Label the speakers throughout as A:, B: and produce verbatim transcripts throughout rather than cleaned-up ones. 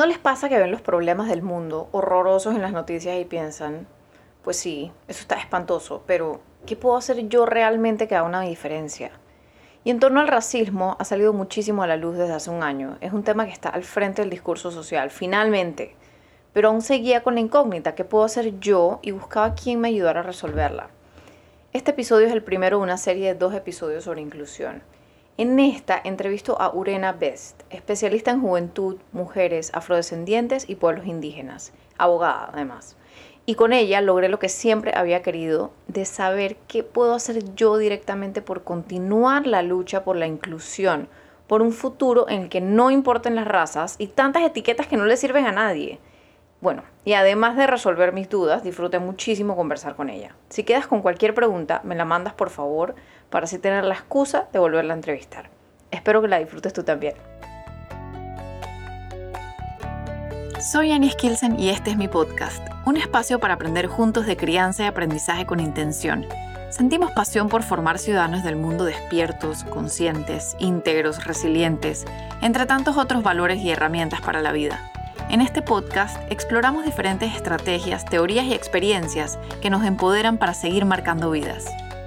A: ¿No les pasa que ven los problemas del mundo horrorosos en las noticias y piensan, pues sí, eso está espantoso, pero ¿qué puedo hacer yo realmente que haga una diferencia? Y en torno al racismo ha salido muchísimo a la luz desde hace un año. Es un tema que está al frente del discurso social, finalmente. Pero aún seguía con la incógnita, ¿qué puedo hacer yo? Y buscaba quién me ayudara a resolverla. Este episodio es el primero de una serie de dos episodios sobre inclusión. En esta entrevisto a Urena Best, especialista en juventud, mujeres, afrodescendientes y pueblos indígenas, abogada además. Y con ella logré lo que siempre había querido, de saber qué puedo hacer yo directamente por continuar la lucha por la inclusión, por un futuro en el que no importen las razas y tantas etiquetas que no le sirven a nadie. Bueno, y además de resolver mis dudas, disfruté muchísimo conversar con ella. Si quedas con cualquier pregunta, me la mandas por favor, para así tener la excusa de volverla a entrevistar. Espero que la disfrutes tú también. Soy Annie Skilsen y este es mi podcast, un espacio para aprender juntos de crianza y aprendizaje con intención. Sentimos pasión por formar ciudadanos del mundo despiertos, conscientes, íntegros, resilientes, entre tantos otros valores y herramientas para la vida. En este podcast exploramos diferentes estrategias, teorías y experiencias que nos empoderan para seguir marcando vidas.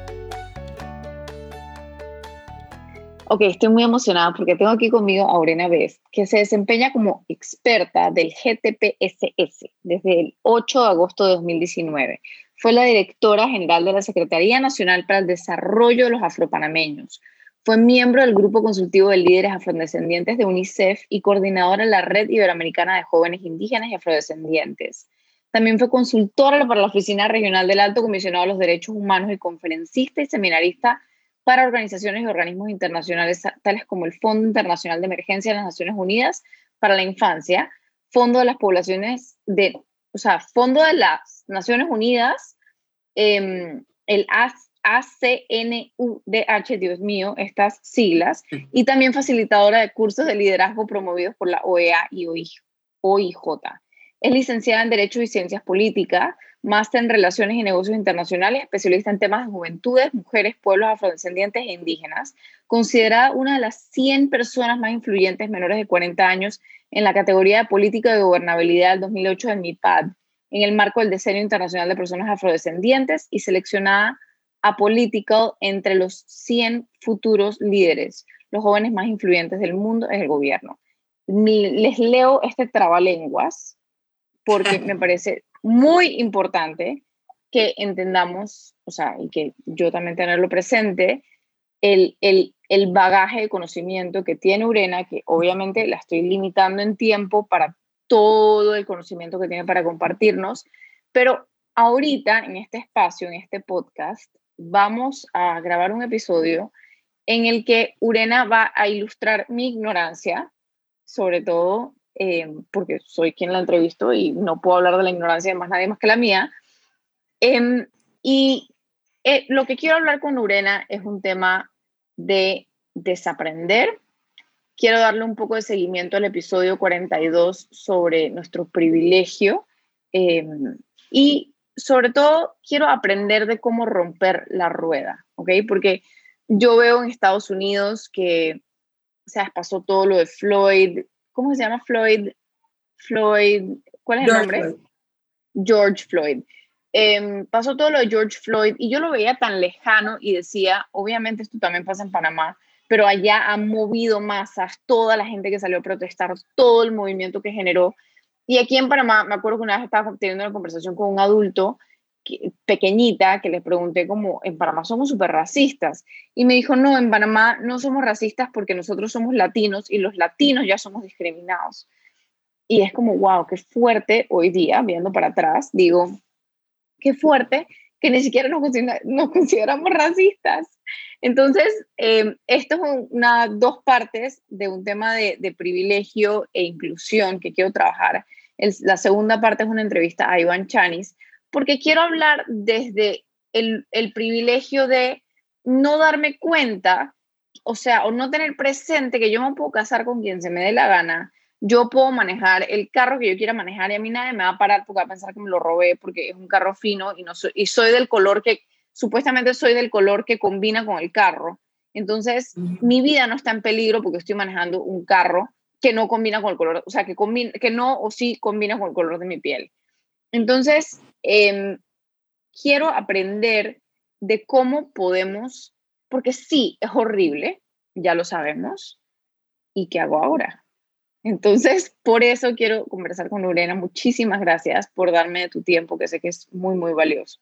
A: Ok, estoy muy emocionada porque tengo aquí conmigo a Urena Best, que se desempeña como experta del G T P S S desde el ocho de agosto de dos mil diecinueve. Fue la directora general de la Secretaría Nacional para el Desarrollo de los Afropanameños. Fue miembro del Grupo Consultivo de Líderes Afrodescendientes de UNICEF y coordinadora de la Red Iberoamericana de Jóvenes Indígenas y Afrodescendientes. También fue consultora para la Oficina Regional del Alto Comisionado de los Derechos Humanos y conferencista y seminarista para organizaciones y organismos internacionales tales como el Fondo Internacional de Emergencia de las Naciones Unidas para la Infancia, Fondo de las Poblaciones de, o sea, Fondo de las Naciones Unidas, eh, el A C N U D H, Dios mío, estas siglas, y también facilitadora de cursos de liderazgo promovidos por la O E A y O I J. Es licenciada en Derecho y Ciencias Políticas, máster en Relaciones y Negocios Internacionales, especialista en temas de juventudes, mujeres, pueblos afrodescendientes e indígenas, considerada una de las cien personas más influyentes menores de cuarenta años en la categoría de Política de Gobernabilidad del dos mil ocho del M I P A D, en el marco del Decenio Internacional de Personas Afrodescendientes y seleccionada a Political entre los cien futuros líderes, los jóvenes más influyentes del mundo en el gobierno. Les leo este trabalenguas porque me parece muy importante que entendamos, o sea, y que yo también tenerlo presente, el, el, el bagaje de conocimiento que tiene Urena, que obviamente la estoy limitando en tiempo para todo el conocimiento que tiene para compartirnos, pero ahorita en este espacio, en este podcast, vamos a grabar un episodio en el que Urena va a ilustrar mi ignorancia, sobre todo eh, porque soy quien la entrevisto y no puedo hablar de la ignorancia de más nadie más que la mía. Eh, y eh, lo que quiero hablar con Urena es un tema de desaprender. Quiero darle un poco de seguimiento al episodio cuarenta y dos sobre nuestro privilegio eh, y sobre todo quiero aprender de cómo romper la rueda, ¿ok? Porque yo veo en Estados Unidos que, o sea, pasó todo lo de Floyd. ¿Cómo se llama Floyd? Floyd, ¿cuál es el
B: George
A: nombre?
B: Floyd.
A: George Floyd. Eh, pasó todo lo de George Floyd y yo lo veía tan lejano y decía, obviamente esto también pasa en Panamá, pero allá ha movido masas, toda la gente que salió a protestar, todo el movimiento que generó. Y aquí en Panamá, me acuerdo que una vez estaba teniendo una conversación con un adulto que, pequeñita, que le pregunté como, en Panamá somos súper racistas. Y me dijo, no, en Panamá no somos racistas porque nosotros somos latinos y los latinos ya somos discriminados. Y es como, wow, qué fuerte hoy día, viendo para atrás, digo, qué fuerte que ni siquiera nos, considera, nos consideramos racistas. Entonces, eh, esto es una, dos partes de un tema de, de privilegio e inclusión que quiero trabajar. El, la segunda parte es una entrevista a Iván Chanis, porque quiero hablar desde el, el privilegio de no darme cuenta, o sea, o no tener presente que yo me puedo casar con quien se me dé la gana. Yo puedo manejar el carro que yo quiera manejar y a mí nadie me va a parar porque va a pensar que me lo robé porque es un carro fino y, no soy, y soy del color que, supuestamente soy del color que combina con el carro. Entonces, uh-huh. mi vida no está en peligro porque estoy manejando un carro que no combina con el color, o sea, que, combina, que no o sí combina con el color de mi piel. Entonces, eh, quiero aprender de cómo podemos, porque sí, es horrible, ya lo sabemos, ¿y qué hago ahora? Entonces, por eso quiero conversar con Lorena. Muchísimas gracias por darme tu tiempo, que sé que es muy, muy valioso.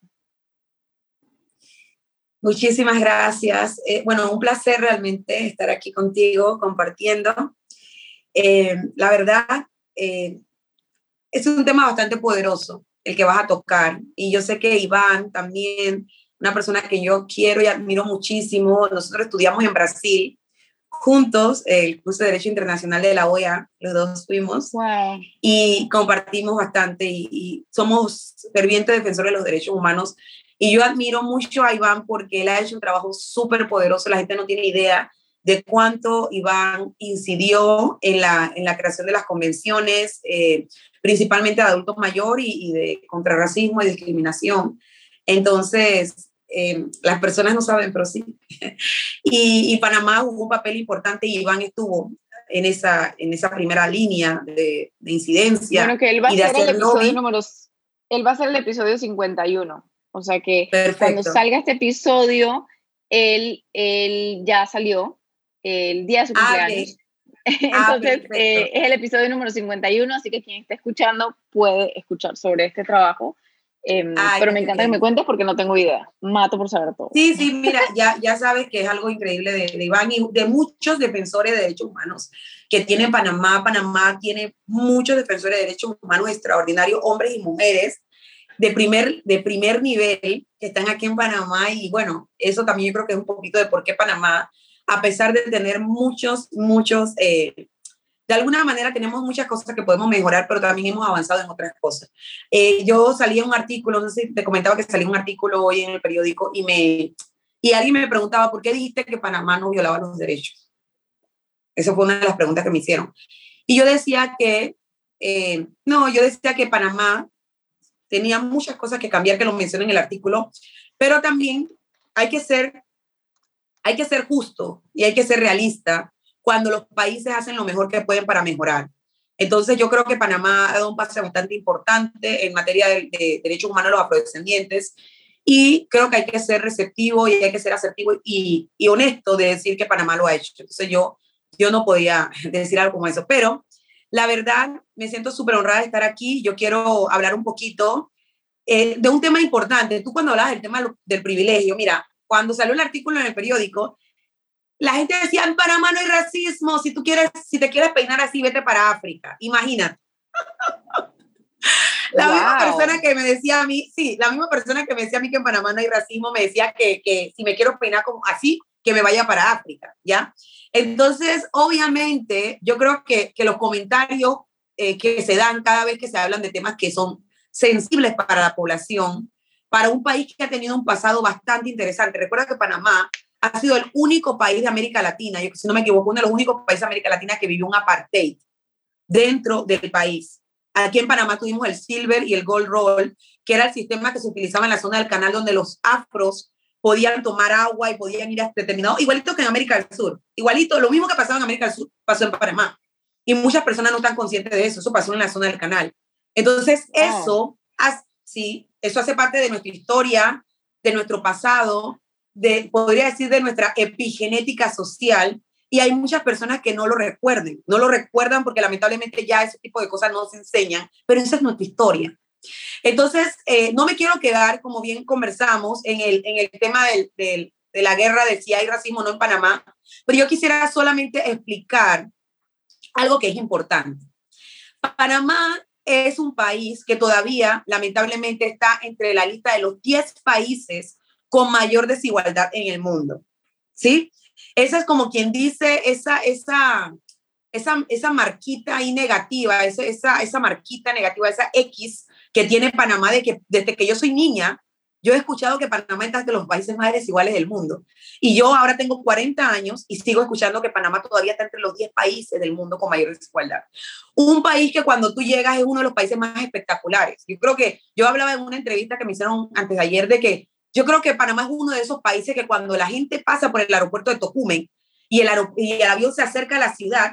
B: Muchísimas gracias. Eh, bueno, un placer realmente estar aquí contigo compartiendo. Eh, la verdad, eh, es un tema bastante poderoso el que vas a tocar. Y yo sé que Iván también, una persona que yo quiero y admiro muchísimo. Nosotros estudiamos en Brasil juntos el curso de Derecho Internacional de la O E A, los dos fuimos,
A: wow.
B: y compartimos bastante y, y somos fervientes defensores de los derechos humanos. Y yo admiro mucho a Iván porque él ha hecho un trabajo súper poderoso. La gente no tiene idea de cuánto Iván incidió en la, en la creación de las convenciones, eh, principalmente de adultos mayores y, y de contra racismo y discriminación. Entonces, eh, las personas no saben, pero sí. y, y Panamá jugó un papel importante y Iván estuvo en esa, en esa primera línea de, de incidencia.
A: Bueno, que él va a
B: y de
A: ser el
B: hacer
A: episodio
B: lobby.
A: número, él va a ser el episodio cincuenta y uno. O sea que
B: Perfecto.
A: Cuando salga este episodio, él, él ya salió el día de su cumpleaños. Ah, Entonces, ah, eh, es el episodio número cincuenta y uno, así que quien esté escuchando puede escuchar sobre este trabajo. Eh, Ay, pero me encanta bien. que me cuentes porque no tengo idea. Mato por saber todo.
B: Sí, sí, mira, ya, ya sabes que es algo increíble de, de Iván y de muchos defensores de derechos humanos que tiene Panamá. Panamá tiene muchos defensores de derechos humanos extraordinarios, hombres y mujeres de primer, de primer nivel que están aquí en Panamá. Y bueno, eso también yo creo que es un poquito de por qué Panamá, a pesar de tener muchos, muchos, eh, de alguna manera tenemos muchas cosas que podemos mejorar, pero también hemos avanzado en otras cosas. Eh, yo salí en un artículo, no sé si te comentaba que salí en un artículo hoy en el periódico y, me, y alguien me preguntaba, ¿por qué dijiste que Panamá no violaba los derechos? Esa fue una de las preguntas que me hicieron. Y yo decía que, eh, no, yo decía que Panamá tenía muchas cosas que cambiar, que lo mencioné en el artículo, pero también hay que ser, hay que ser justo y hay que ser realista cuando los países hacen lo mejor que pueden para mejorar. Entonces yo creo que Panamá ha dado un paso bastante importante en materia de, de derechos humanos de los afrodescendientes y creo que hay que ser receptivo y hay que ser asertivo y, y honesto de decir que Panamá lo ha hecho. Entonces yo, yo no podía decir algo como eso, pero la verdad me siento súper honrada de estar aquí. Yo quiero hablar un poquito eh, de un tema importante. Tú cuando hablas del tema del privilegio, mira, cuando salió el artículo en el periódico, la gente decía, en Panamá no hay racismo, si tú quieres, si te quieres peinar así, vete para África. Imagínate. La wow. misma persona que me decía a mí, sí, la misma persona que me decía a mí que en Panamá no hay racismo, me decía que, que si me quiero peinar como así, que me vaya para África, ¿ya? Entonces, obviamente, yo creo que, que los comentarios eh, que se dan cada vez que se hablan de temas que son sensibles para la población, para un país que ha tenido un pasado bastante interesante. Recuerda que Panamá ha sido el único país de América Latina, yo si no me equivoco, uno de los únicos países de América Latina que vivió un apartheid dentro del país. Aquí en Panamá tuvimos el Silver y el Gold Roll, que era el sistema que se utilizaba en la zona del canal donde los afros podían tomar agua y podían ir a determinados, igualito que en América del Sur, igualito, lo mismo que pasaba en América del Sur pasó en Panamá. Y muchas personas no están conscientes de eso, eso pasó en la zona del canal. Entonces, wow. eso, sí, eso hace parte de nuestra historia, de nuestro pasado, de, podría decir, de nuestra epigenética social, y hay muchas personas que no lo recuerden, no lo recuerdan porque lamentablemente ya ese tipo de cosas no se enseñan, pero esa es nuestra historia. Entonces, eh, no me quiero quedar, como bien conversamos, en el, en el tema del, del, de la guerra de si hay racismo o no en Panamá, pero yo quisiera solamente explicar algo que es importante. Panamá es un país que todavía, lamentablemente, está entre la lista de los diez países con mayor desigualdad en el mundo, ¿sí? Esa es como quien dice, esa, esa, esa, esa marquita ahí negativa, esa, esa, esa marquita negativa, esa X que tiene Panamá de que desde que yo soy niña, yo he escuchado que Panamá está entre los países más desiguales del mundo. Y yo ahora tengo cuarenta años y sigo escuchando que Panamá todavía está entre los diez países del mundo con mayor desigualdad. Un país que cuando tú llegas es uno de los países más espectaculares. Yo creo que, yo hablaba en una entrevista que me hicieron antes de ayer de que yo creo que Panamá es uno de esos países que cuando la gente pasa por el aeropuerto de Tocumen y el, y el avión se acerca a la ciudad,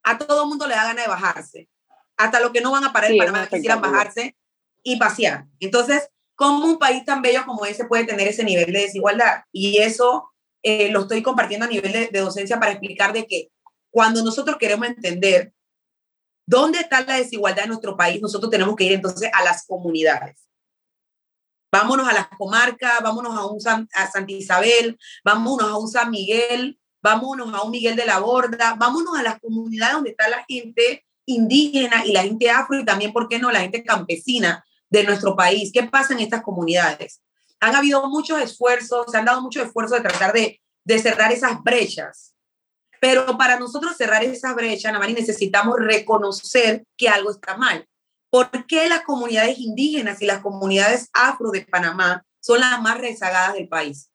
B: a todo el mundo le da gana de bajarse. Hasta los que no van a parar sí, en Panamá quisieran bajarse y pasear. Entonces, ¿cómo un país tan bello como ese puede tener ese nivel de desigualdad? Y eso eh, lo estoy compartiendo a nivel de, de docencia para explicar de que cuando nosotros queremos entender dónde está la desigualdad en nuestro país, nosotros tenemos que ir entonces a las comunidades. Vámonos a las comarcas, vámonos a un San, a Santa Isabel, vámonos a un San Miguel, vámonos a un Miguel de la Borda, vámonos a las comunidades donde está la gente indígena y la gente afro y también, ¿por qué no?, la gente campesina de nuestro país. ¿Qué pasa en estas comunidades? Han habido muchos esfuerzos, se han dado muchos esfuerzos de tratar de, de cerrar esas brechas. Pero para nosotros cerrar esas brechas, Ana María, necesitamos reconocer que algo está mal. ¿Por qué las comunidades indígenas y las comunidades afro de Panamá son las más rezagadas del país?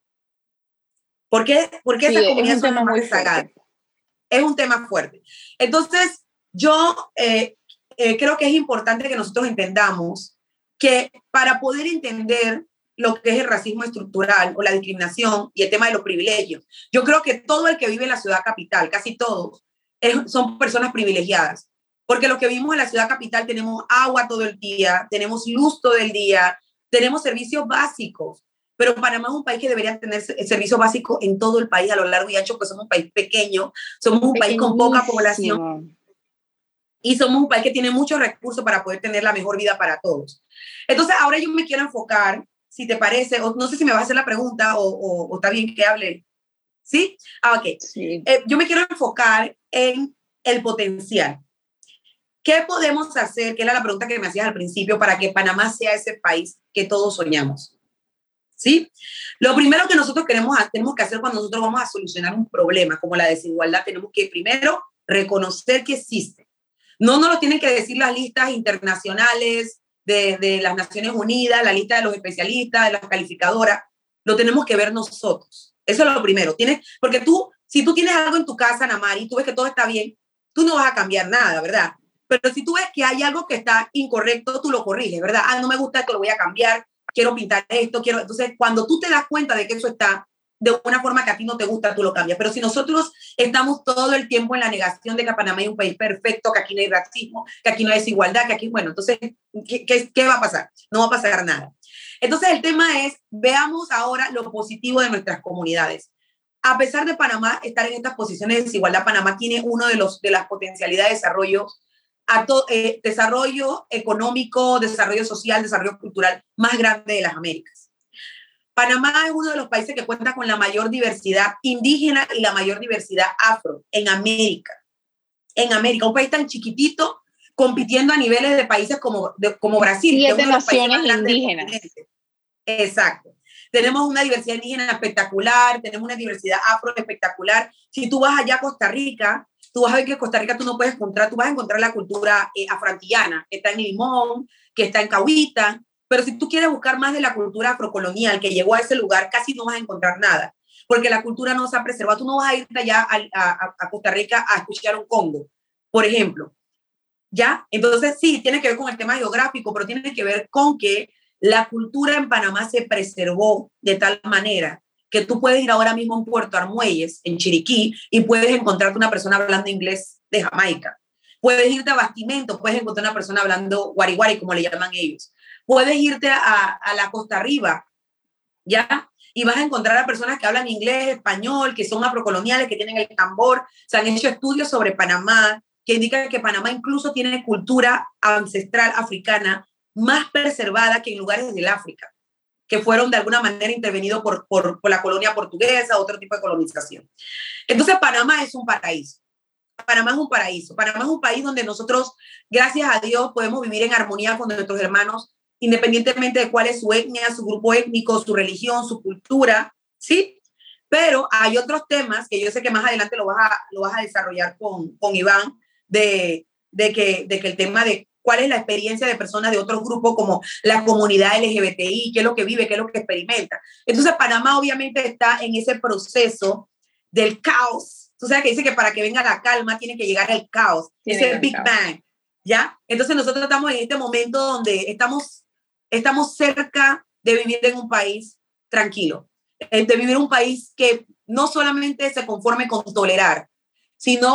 B: ¿Por qué, ¿Por qué sí, esas comunidades son las más rezagadas? Fuerte. Es un tema fuerte. Entonces, yo eh, eh, creo que es importante que nosotros entendamos que para poder entender lo que es el racismo estructural o la discriminación y el tema de los privilegios, yo creo que todo el que vive en la ciudad capital, casi todos, es, son personas privilegiadas. Porque los que vivimos en la ciudad capital tenemos agua todo el día, tenemos luz todo el día, tenemos servicios básicos. Pero Panamá es un país que debería tener servicios básicos en todo el país, a lo largo y ancho, porque somos un país pequeño, somos un país con poca población y somos un país que tiene muchos recursos para poder tener la mejor vida para todos. Entonces, ahora yo me quiero enfocar, si te parece, o no sé si me vas a hacer la pregunta o, o, o está bien que hable. ¿Sí? Ah, ok. Sí. Eh, yo me quiero enfocar en el potencial. ¿Qué podemos hacer? Que era la pregunta que me hacías al principio, para que Panamá sea ese país que todos soñamos. ¿Sí? Lo primero que nosotros queremos, tenemos que hacer cuando nosotros vamos a solucionar un problema como la desigualdad, tenemos que primero reconocer que existe. No nos lo tienen que decir las listas internacionales de, de las Naciones Unidas, la lista de los especialistas, de las calificadoras. Lo tenemos que ver nosotros. Eso es lo primero. Tienes, porque tú, si tú tienes algo en tu casa, Ana Mari, y tú ves que todo está bien, tú no vas a cambiar nada, ¿verdad? Pero si tú ves que hay algo que está incorrecto, tú lo corriges, ¿verdad? Ah, no me gusta esto, lo voy a cambiar, quiero pintar esto, quiero... Entonces, cuando tú te das cuenta de que eso está de una forma que a ti no te gusta, tú lo cambias. Pero si nosotros estamos todo el tiempo en la negación de que Panamá es un país perfecto, que aquí no hay racismo, que aquí no hay desigualdad, que aquí, bueno, entonces, ¿qué, qué, qué va a pasar? No va a pasar nada. Entonces, el tema es, veamos ahora lo positivo de nuestras comunidades. A pesar de Panamá estar en estas posiciones de desigualdad, Panamá tiene uno de, los, de las potencialidades de desarrollo, a to, eh, desarrollo económico, desarrollo social, desarrollo cultural más grande de las Américas. Panamá es uno de los países que cuenta con la mayor diversidad indígena y la mayor diversidad afro en América. En América, un país tan chiquitito compitiendo a niveles de países como, de, como Brasil.
A: Siete
B: que es uno de los
A: naciones indígenas.
B: Exacto. Tenemos una diversidad indígena espectacular, tenemos una diversidad afro espectacular. Si tú vas allá a Costa Rica, tú vas a ver que en Costa Rica tú no puedes encontrar, tú vas a encontrar la cultura eh, afroantillana, que está en Limón, que está en Cahuita, pero si tú quieres buscar más de la cultura afrocolonial que llegó a ese lugar, casi no vas a encontrar nada, porque la cultura no se ha preservado. Tú no vas a irte allá a, a, a Costa Rica a escuchar un Congo, por ejemplo. ¿Ya? Entonces, sí, tiene que ver con el tema geográfico, pero tiene que ver con que la cultura en Panamá se preservó de tal manera que tú puedes ir ahora mismo a un Puerto Armuelles, en Chiriquí, y puedes encontrarte una persona hablando inglés de Jamaica. Puedes irte a Bastimento, puedes encontrar una persona hablando guariguari, como le llaman ellos. Puedes irte a, a la Costa Riba, ¿ya? Y vas a encontrar a personas que hablan inglés, español, que son afrocoloniales, que tienen el tambor. Se han hecho estudios sobre Panamá que indican que Panamá incluso tiene cultura ancestral africana más preservada que en lugares del África, que fueron de alguna manera intervenidos por, por, por la colonia portuguesa, otro tipo de colonización. Entonces, Panamá es un paraíso. Panamá es un paraíso. Panamá es un país donde nosotros, gracias a Dios, podemos vivir en armonía con nuestros hermanos, independientemente de cuál es su etnia, su grupo étnico, su religión, su cultura, ¿sí? Pero hay otros temas que yo sé que más adelante lo vas a, lo vas a desarrollar con, con Iván, de, de, que, de que el tema de cuál es la experiencia de personas de otros grupos como la comunidad L G B T I, qué es lo que vive, qué es lo que experimenta. Entonces, Panamá obviamente está en ese proceso del caos. Tú sabes que dice que para que venga la calma tiene que llegar el caos, ese el Big caos. Bang, ¿ya? Entonces, nosotros estamos en este momento donde estamos, estamos cerca de vivir en un país tranquilo, de vivir un país que no solamente se conforme con tolerar, sino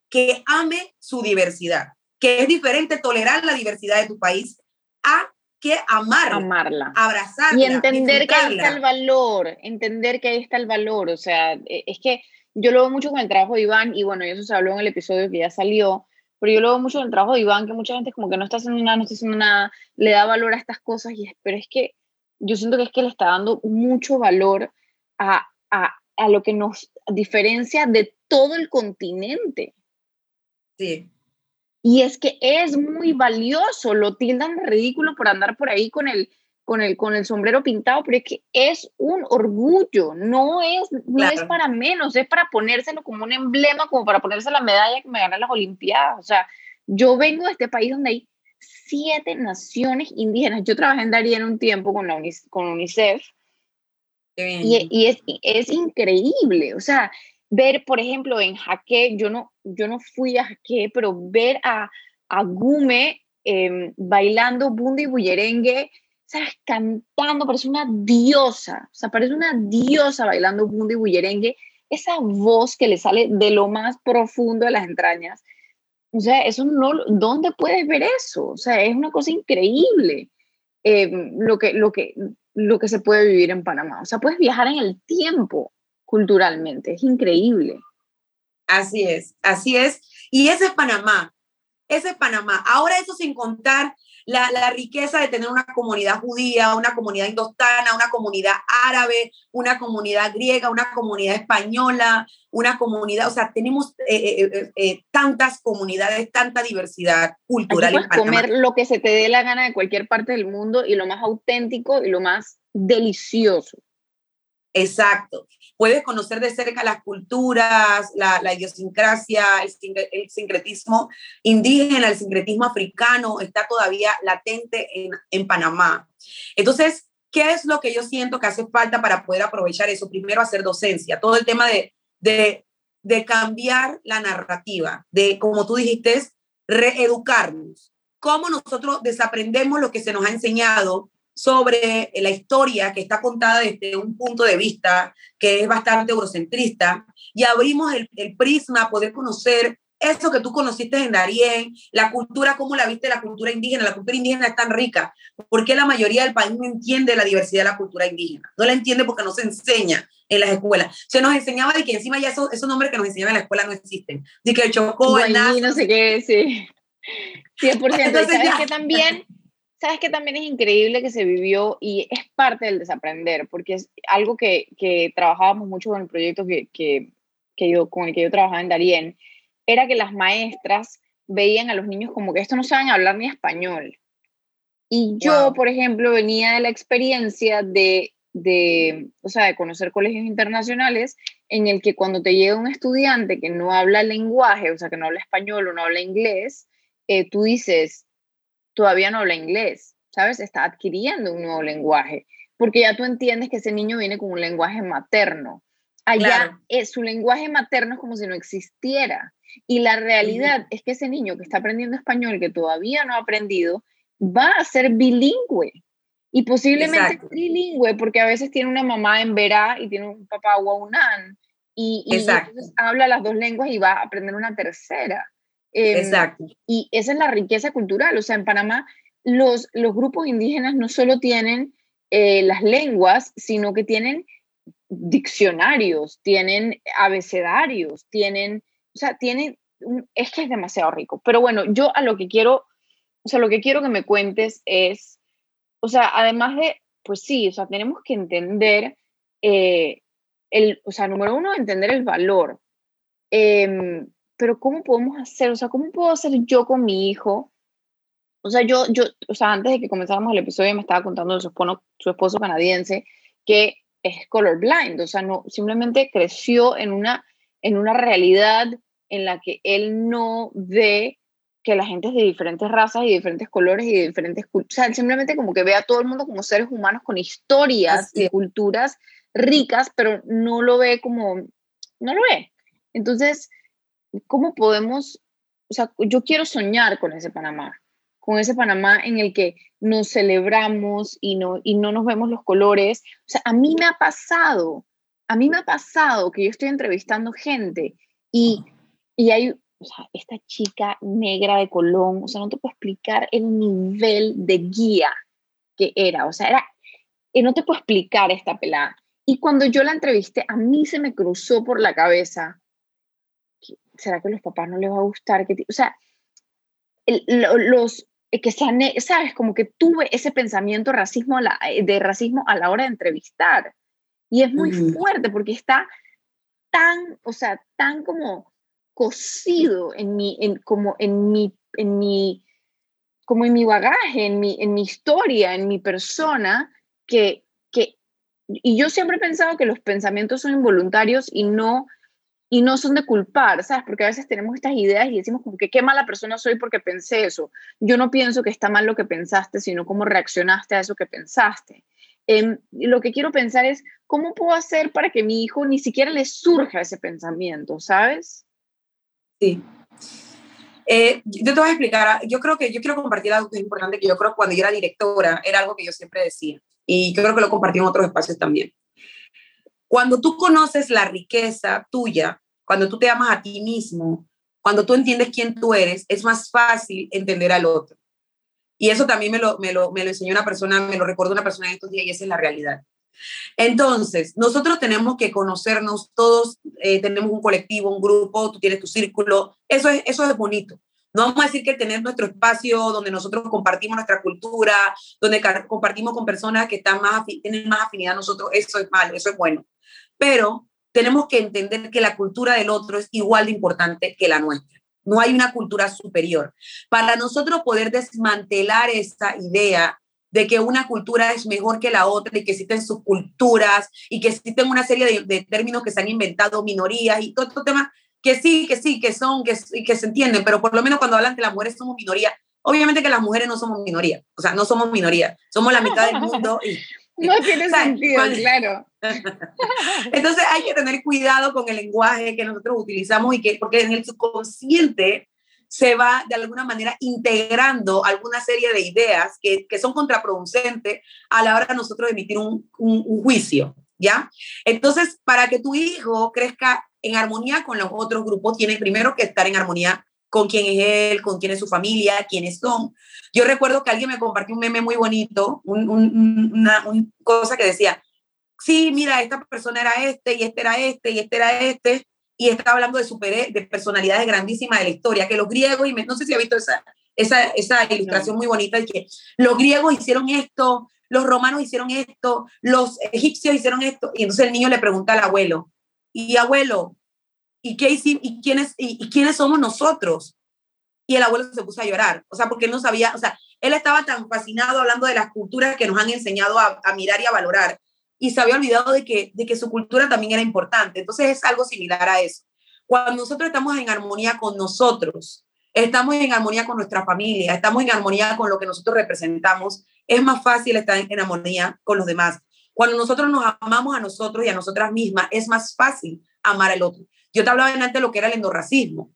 B: que ame su diversidad, que es diferente tolerar la diversidad de tu país a que amarla,
A: amarla,
B: abrazarla,
A: y entender que ahí está el
B: disfrutarla.
A: valor, entender que ahí está el valor, o sea, e- es que yo lo veo mucho con el trabajo de Iván, y bueno, y eso se habló en el episodio que ya salió, pero yo lo veo mucho en el trabajo de Iván, que mucha gente como que no está haciendo nada, no está haciendo nada, le da valor a estas cosas, y es, pero es que yo siento que es que le está dando mucho valor a, a, a lo que nos diferencia de todo el continente.
B: Sí.
A: Y es que es muy valioso, lo tildan de ridículo por andar por ahí con el, con el, con el sombrero pintado, pero es que es un orgullo, no es, no es
B: Claro.
A: para menos, es para ponérselo como un emblema, como para ponerse la medalla que me gané en las Olimpiadas. O sea, yo vengo de este país donde hay siete naciones indígenas. Yo trabajé en Darien un tiempo con, la Unis, con UNICEF,
B: Qué
A: y,
B: bien.
A: y es, es increíble, o sea, ver, por ejemplo, en Jaque, yo no, yo no fui a Jaque, pero ver a, a Gume eh, bailando bundi bullerengue, ¿sabes? Cantando, parece una diosa, o sea, parece una diosa bailando bundi bullerengue, esa voz que le sale de lo más profundo de las entrañas, o sea, eso no, ¿dónde puedes ver eso? O sea, es una cosa increíble eh, lo, que, lo, que, lo que se puede vivir en Panamá. O sea, puedes viajar en el tiempo culturalmente, es increíble.
B: Así es, así es. Y ese es Panamá. Ese es Panamá. Ahora eso sin contar la, la riqueza de tener una comunidad judía, una comunidad indostana, una comunidad árabe, una comunidad griega, una comunidad española, una comunidad, o sea, tenemos eh, eh, eh, tantas comunidades, tanta diversidad
A: Aquí
B: cultural en
A: puedes
B: Panamá.
A: comer lo que se te dé la gana de cualquier parte del mundo y lo más auténtico y lo más delicioso.
B: Exacto. Puedes conocer de cerca las culturas, la, la idiosincrasia, el, el, sincretismo indígena, el sincretismo africano, está todavía latente en, en Panamá. Entonces, ¿qué es lo que yo siento que hace falta para poder aprovechar eso? Primero, hacer docencia, todo el tema de, de, de cambiar la narrativa, de, como tú dijiste, reeducarnos. ¿Cómo nosotros desaprendemos lo que se nos ha enseñado sobre la historia que está contada desde un punto de vista que es bastante eurocentrista y abrimos el, el prisma a poder conocer eso que tú conociste en Darién, la cultura, cómo la viste, la cultura indígena? La cultura indígena es tan rica. ¿Por qué la mayoría del país no entiende la diversidad de la cultura indígena? No la entiende porque no se enseña en las escuelas. Se nos enseñaba de que encima ya esos, esos nombres que nos enseñaban en la escuela no existen. De que el Chocó, el
A: Guayní,
B: Nazo,
A: no
B: no
A: sé
B: sé
A: qué, sí. cien por ciento. Y
B: Entonces
A: sabes
B: ya.
A: que también, sabes que también es increíble que se vivió y es parte del desaprender, porque es algo que, que trabajábamos mucho con el proyecto que, que, que yo, con el que yo trabajaba en Darién, era que las maestras veían a los niños como que esto no saben hablar ni español. Y yo,
B: Wow.
A: por ejemplo, venía de la experiencia de, de, o sea, de conocer colegios internacionales en el que cuando te llega un estudiante que no habla el lenguaje, o sea, que no habla español o no habla inglés, eh, tú dices, todavía no habla inglés, ¿sabes? Está adquiriendo un nuevo lenguaje, porque ya tú entiendes que ese niño viene con un lenguaje materno. Allá
B: Claro.
A: eh, su lenguaje materno es como si no existiera. Y la realidad
B: Uh-huh.
A: es que ese niño que está aprendiendo español, que todavía no ha aprendido, va a ser bilingüe. Y posiblemente
B: Exacto.
A: trilingüe, porque a veces tiene una mamá en Verá y tiene un papá Guaunán. Y, y, y
B: Exacto.
A: entonces habla las dos lenguas y va a aprender una tercera. Eh,
B: Exacto.
A: y esa es la riqueza cultural. O sea, en Panamá los, los grupos indígenas no solo tienen eh, las lenguas, sino que tienen diccionarios, tienen abecedarios, tienen, o sea, tienen, un, es que es demasiado rico. Pero bueno, yo a lo que quiero, o sea, lo que quiero que me cuentes es, o sea, además de, pues sí, o sea, tenemos que entender, eh, el, o sea, número uno, entender el valor. Eh, pero ¿cómo podemos hacer? O sea, ¿cómo puedo hacer yo con mi hijo? O sea, yo, yo, o sea, antes de que comenzáramos el episodio me estaba contando de su esposo, su esposo canadiense que es colorblind, o sea, no, simplemente creció en una, en una realidad en la que él no ve que la gente es de diferentes razas y de diferentes colores y de diferentes culturas, o sea, él simplemente como que ve a todo el mundo como seres humanos con historias
B: Así
A: y
B: es.
A: culturas ricas, pero no lo ve como, no lo ve. Entonces, ¿cómo podemos, o sea, yo quiero soñar con ese Panamá, con ese Panamá en el que nos celebramos y no, y no nos vemos los colores? O sea, a mí me ha pasado, a mí me ha pasado que yo estoy entrevistando gente y, y hay, o sea, esta chica negra de Colón, o sea, no te puedo explicar el nivel de guía que era, o sea, era, y no te puedo explicar esta pelada. Y cuando yo la entrevisté, a mí se me cruzó por la cabeza, ¿será que a los papás no les va a gustar? Que o sea, el, los que sean, ¿sabes? Como que tuve ese pensamiento racismo la, de racismo a la hora de entrevistar. Y es muy
B: Mm.
A: fuerte porque está tan, o sea, tan como cocido en mi, en, como en mi, en mi, como en mi bagaje, en mi, en mi historia, en mi persona, que, que, y yo siempre he pensado que los pensamientos son involuntarios y no, y no son de culpar, ¿sabes? Porque a veces tenemos estas ideas y decimos como que qué mala persona soy porque pensé eso. Yo no pienso que está mal lo que pensaste, sino cómo reaccionaste a eso que pensaste. Eh, lo que quiero pensar es, ¿cómo puedo hacer para que mi hijo ni siquiera le surja ese pensamiento, ¿sabes?
B: Sí. Eh, yo te voy a explicar, yo creo que yo quiero compartir algo que es importante, que yo creo que cuando yo era directora era algo que yo siempre decía, y creo que lo compartí en otros espacios también. Cuando tú conoces la riqueza tuya, cuando tú te amas a ti mismo, cuando tú entiendes quién tú eres, es más fácil entender al otro. Y eso también me lo, me lo, me lo enseñó una persona, me lo recordó una persona en estos días, y esa es la realidad. Entonces, nosotros tenemos que conocernos todos, eh, tenemos un colectivo, un grupo, tú tienes tu círculo, eso es, eso es bonito. No vamos a decir que tener nuestro espacio donde nosotros compartimos nuestra cultura, donde compartimos con personas que están más, tienen más afinidad a nosotros, eso es malo, eso es bueno. Pero tenemos que entender que la cultura del otro es igual de importante que la nuestra. No hay una cultura superior. Para nosotros poder desmantelar esa idea de que una cultura es mejor que la otra y que existen subculturas y que existen una serie de, de términos que se han inventado, minorías y todo estos temas que sí, que sí, que son, que, que se entienden, pero por lo menos cuando hablan que las mujeres somos minoría, obviamente que las mujeres no somos minoría, o sea, no somos minoría, somos la mitad del mundo. Y,
A: no tiene
B: ¿sabes?
A: sentido,
B: Cuando,
A: claro.
B: Entonces hay que tener cuidado con el lenguaje que nosotros utilizamos y que, porque en el subconsciente se va de alguna manera integrando alguna serie de ideas que, que son contraproducentes a la hora de nosotros emitir un, un, un juicio, ¿ya? Entonces, para que tu hijo crezca en armonía con los otros grupos, tiene primero que estar en armonía con quién es él, con quién es su familia, quiénes son. Yo recuerdo que alguien me compartió un meme muy bonito, un, un, una, una cosa que decía, sí, mira, esta persona era este, y este era este, y este era este, y estaba hablando de, super, de personalidades grandísimas de la historia, que los griegos, y me, no sé si ha visto esa, esa, esa ilustración no. muy bonita, de que los griegos hicieron esto, los romanos hicieron esto, los egipcios hicieron esto, y entonces el niño le pregunta al abuelo, y abuelo, ¿y, qué hicimos, y, quiénes, y, y quiénes somos nosotros? Y el abuelo se puso a llorar, o sea, porque él no sabía, o sea, él estaba tan fascinado hablando de las culturas que nos han enseñado a, a mirar y a valorar, y se había olvidado de que, de que su cultura también era importante. Entonces es algo similar a eso. Cuando nosotros estamos en armonía con nosotros, estamos en armonía con nuestra familia, estamos en armonía con lo que nosotros representamos, es más fácil estar en armonía con los demás. Cuando nosotros nos amamos a nosotros y a nosotras mismas, es más fácil amar al otro. Yo te hablaba antes de lo que era el endorracismo.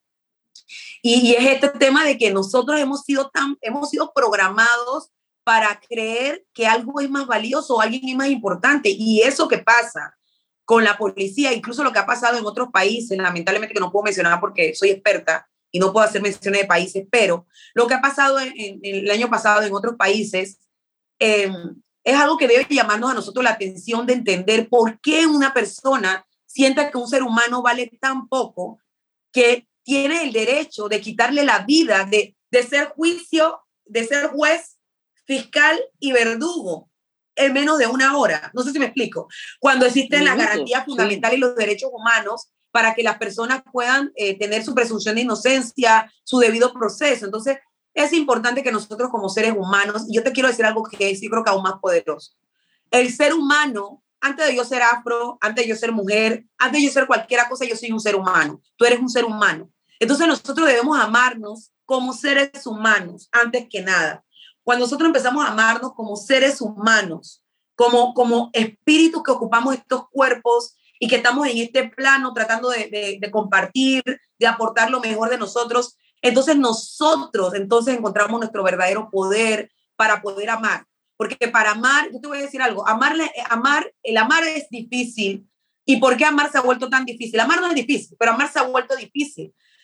B: Y, y es este tema de que nosotros hemos sido, tan, hemos sido programados para creer que algo es más valioso o alguien es más importante. Y eso que pasa con la policía, incluso lo que ha pasado en otros países, lamentablemente que no puedo mencionar porque soy experta y no puedo hacer menciones de países, pero lo que ha pasado en, en, en el año pasado en otros países eh, es algo que debe llamarnos a nosotros la atención de entender por qué una persona siente que un ser humano vale tan poco que tiene el derecho de quitarle la vida, de, de ser juicio, de ser juez, fiscal y verdugo en menos de una hora. No sé si me explico. Cuando existen las garantías fundamentales y los derechos humanos para que las personas puedan eh, tener su presunción de inocencia, su debido proceso. Entonces, es importante que nosotros como seres humanos, y yo te quiero decir algo que es, yo creo que aún más poderoso, el ser humano, antes de yo ser afro, antes de yo ser mujer, antes de yo ser cualquier cosa, yo soy un ser humano. Tú eres un ser humano. Entonces nosotros debemos amarnos como seres humanos, antes que nada. Cuando nosotros empezamos a amarnos como seres humanos, como, como espíritus que ocupamos estos cuerpos y que estamos en este plano tratando de, de, de compartir, de aportar lo mejor de nosotros, entonces nosotros entonces encontramos nuestro verdadero poder para poder amar. Porque para amar, yo te voy a decir algo, amarle, amar, el amar es difícil. ¿Y por qué amar se ha vuelto tan difícil? Amar no es difícil, pero amar se ha vuelto difícil.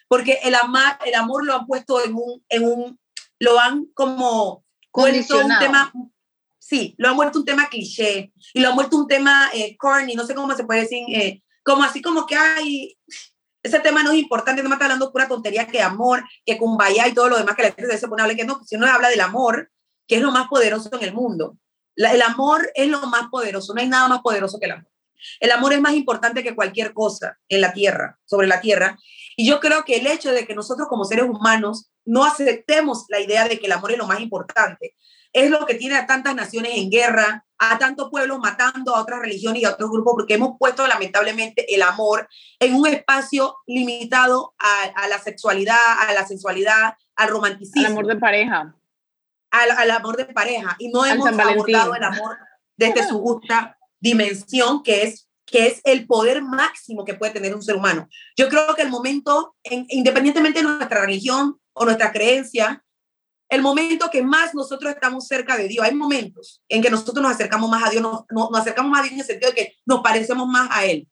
B: porque el, ama, el amor lo han puesto en un, en un, lo han como vuelto un tema, sí, lo han vuelto un tema cliché, y lo han vuelto un tema eh, corny, no sé cómo se puede decir, eh, como así como que hay, ese tema no es importante, no me está hablando pura tontería que amor, que kumbaya y todo lo demás que la gente se pone a hablar, que no, si uno habla del amor, que es lo más poderoso en el mundo. La, el amor es lo más poderoso, no hay nada más poderoso que el amor. El amor es más importante que cualquier cosa en la tierra, sobre la tierra. Y yo creo que el hecho de que nosotros como seres humanos no aceptemos la idea de que el amor es lo más importante, es lo que tiene a tantas naciones en guerra, a tantos pueblos matando a otras religiones y a otros grupos, porque hemos puesto lamentablemente el amor en un espacio limitado a, a la sexualidad, a la sensualidad, al romanticismo.
A: Al amor de pareja.
B: Al, al amor de pareja. Y no hemos abordado el amor desde su justa dimensión, que es, que es el poder máximo que puede tener un ser humano. Yo creo que el momento, en, independientemente de nuestra religión o nuestra creencia, el momento que más nosotros estamos cerca de Dios, hay momentos en que nosotros nos acercamos más a Dios, nos, nos, nos acercamos más a Dios en el sentido de que nos parecemos más a Él.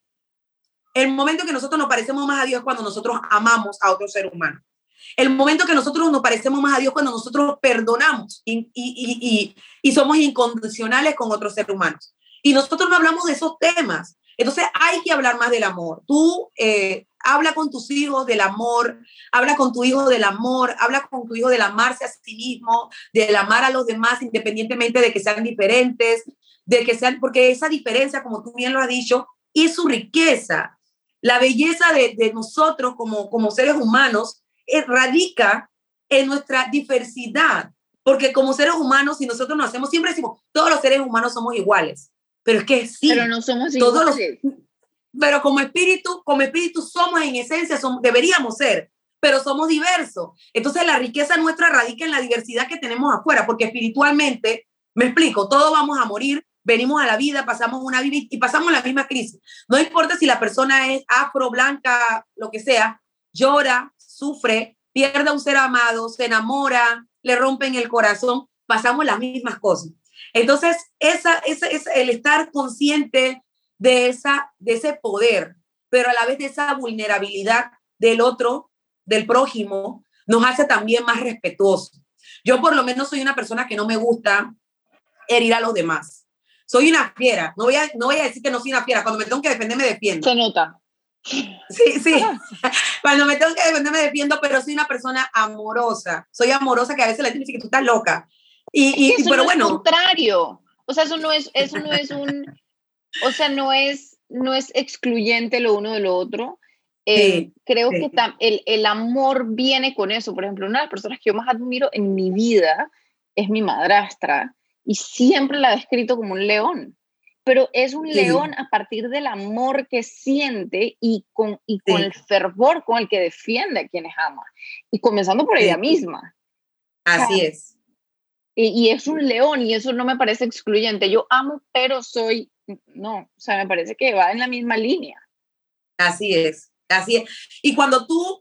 B: El momento que nosotros nos parecemos más a Dios es cuando nosotros amamos a otro ser humano. El momento que nosotros nos parecemos más a Dios es cuando nosotros perdonamos y, y, y, y, y somos incondicionales con otros seres humanos. Y nosotros no hablamos de esos temas. Entonces hay que hablar más del amor. Tú eh, habla con tus hijos del amor, habla con tu hijo del amor, habla con tu hijo del amarse a sí mismo, del amar a los demás independientemente de que sean diferentes, de que sean, porque esa diferencia, como tú bien lo has dicho, es su riqueza. La belleza de, de nosotros como, como seres humanos eh, radica en nuestra diversidad. Porque como seres humanos, si nosotros nos hacemos, siempre decimos, todos los seres humanos somos iguales. Pero es que sí.
A: Pero no somos
B: todos
A: iguales.
B: Los, pero como espíritu, como espíritu somos en esencia, somos, deberíamos ser, pero somos diversos. Entonces la riqueza nuestra radica en la diversidad que tenemos afuera, porque espiritualmente, me explico, todos vamos a morir, venimos a la vida, pasamos una vida y pasamos la misma crisis. No importa si la persona es afro, blanca, lo que sea, llora, sufre, pierde a un ser amado, se enamora, le rompen el corazón, pasamos las mismas cosas. Entonces, esa, esa, esa, el estar consciente de, esa, de ese poder, pero a la vez de esa vulnerabilidad del otro, del prójimo, nos hace también más respetuosos. Yo por lo menos soy una persona que no me gusta herir a los demás. Soy una fiera. No voy a, no voy a decir que no soy una fiera. Cuando me tengo que defender, me defiendo.
A: Se nota.
B: Sí, sí. Cuando me tengo que defender, me defiendo, pero soy una persona amorosa. Soy amorosa que a veces la gente dice que tú estás loca. Y, y,
A: es que eso
B: pero
A: no
B: bueno.
A: Es contrario. O sea, eso no es, eso no es un, o sea, no es, no es excluyente lo uno de lo otro. Eh, sí, creo sí. que tam, el, el amor viene con eso. Por ejemplo, una de las personas que yo más admiro en mi vida es mi madrastra y siempre la he descrito como un león. Pero es un sí. león a partir del amor que siente y con, y con sí. el fervor con el que defiende a quienes ama. Y comenzando por sí. ella misma.
B: Así o sea, es.
A: Y, y es un león y eso no me parece excluyente. Yo amo, pero soy... No, o sea, me parece que va en la misma línea.
B: Así es, así es. Y cuando tú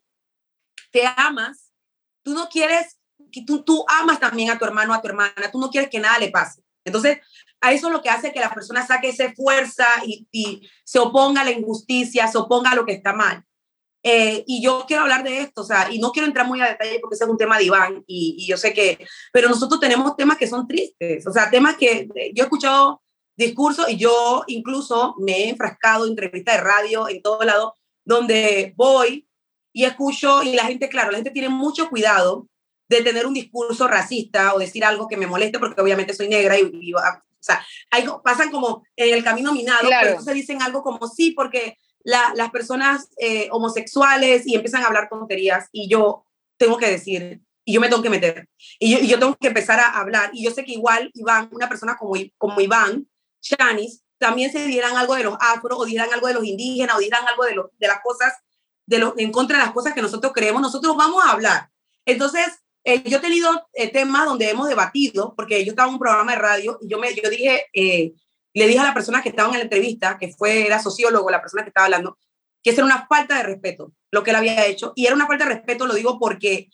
B: te amas, tú no quieres... Tú, tú amas también a tu hermano, a tu hermana. Tú no quieres que nada le pase. Entonces, a eso es lo que hace que la persona saque esa fuerza y, y se oponga a la injusticia, se oponga a lo que está mal. Eh, y yo quiero hablar de esto, o sea, y no quiero entrar muy a detalle porque ese es un tema de Iván, y, y yo sé que, pero nosotros tenemos temas que son tristes, o sea, temas que yo he escuchado discursos y yo incluso me he enfrascado en entrevistas de radio en todo lado, donde voy y escucho, y la gente, claro, la gente tiene mucho cuidado de tener un discurso racista o decir algo que me moleste, porque obviamente soy negra y, y o sea, hay, pasan como en el camino minado, claro. Pero entonces dicen algo como sí, porque La, las personas eh, homosexuales y empiezan a hablar tonterías y yo tengo que decir, y yo me tengo que meter, y yo, y yo tengo que empezar a hablar, y yo sé que igual Iván, una persona como, como Iván, Chanis, también se dieran algo de los afro, o dieran algo de los indígenas, o dieran algo de, lo, de las cosas, de lo, en contra de las cosas que nosotros creemos, nosotros vamos a hablar. Entonces, eh, yo he tenido eh, temas donde hemos debatido, porque yo estaba en un programa de radio, y yo, me, yo dije... Eh, le dije a la persona que estaba en la entrevista, que fue, era sociólogo, la persona que estaba hablando, que eso era una falta de respeto, lo que él había hecho. Y era una falta de respeto, lo digo porque,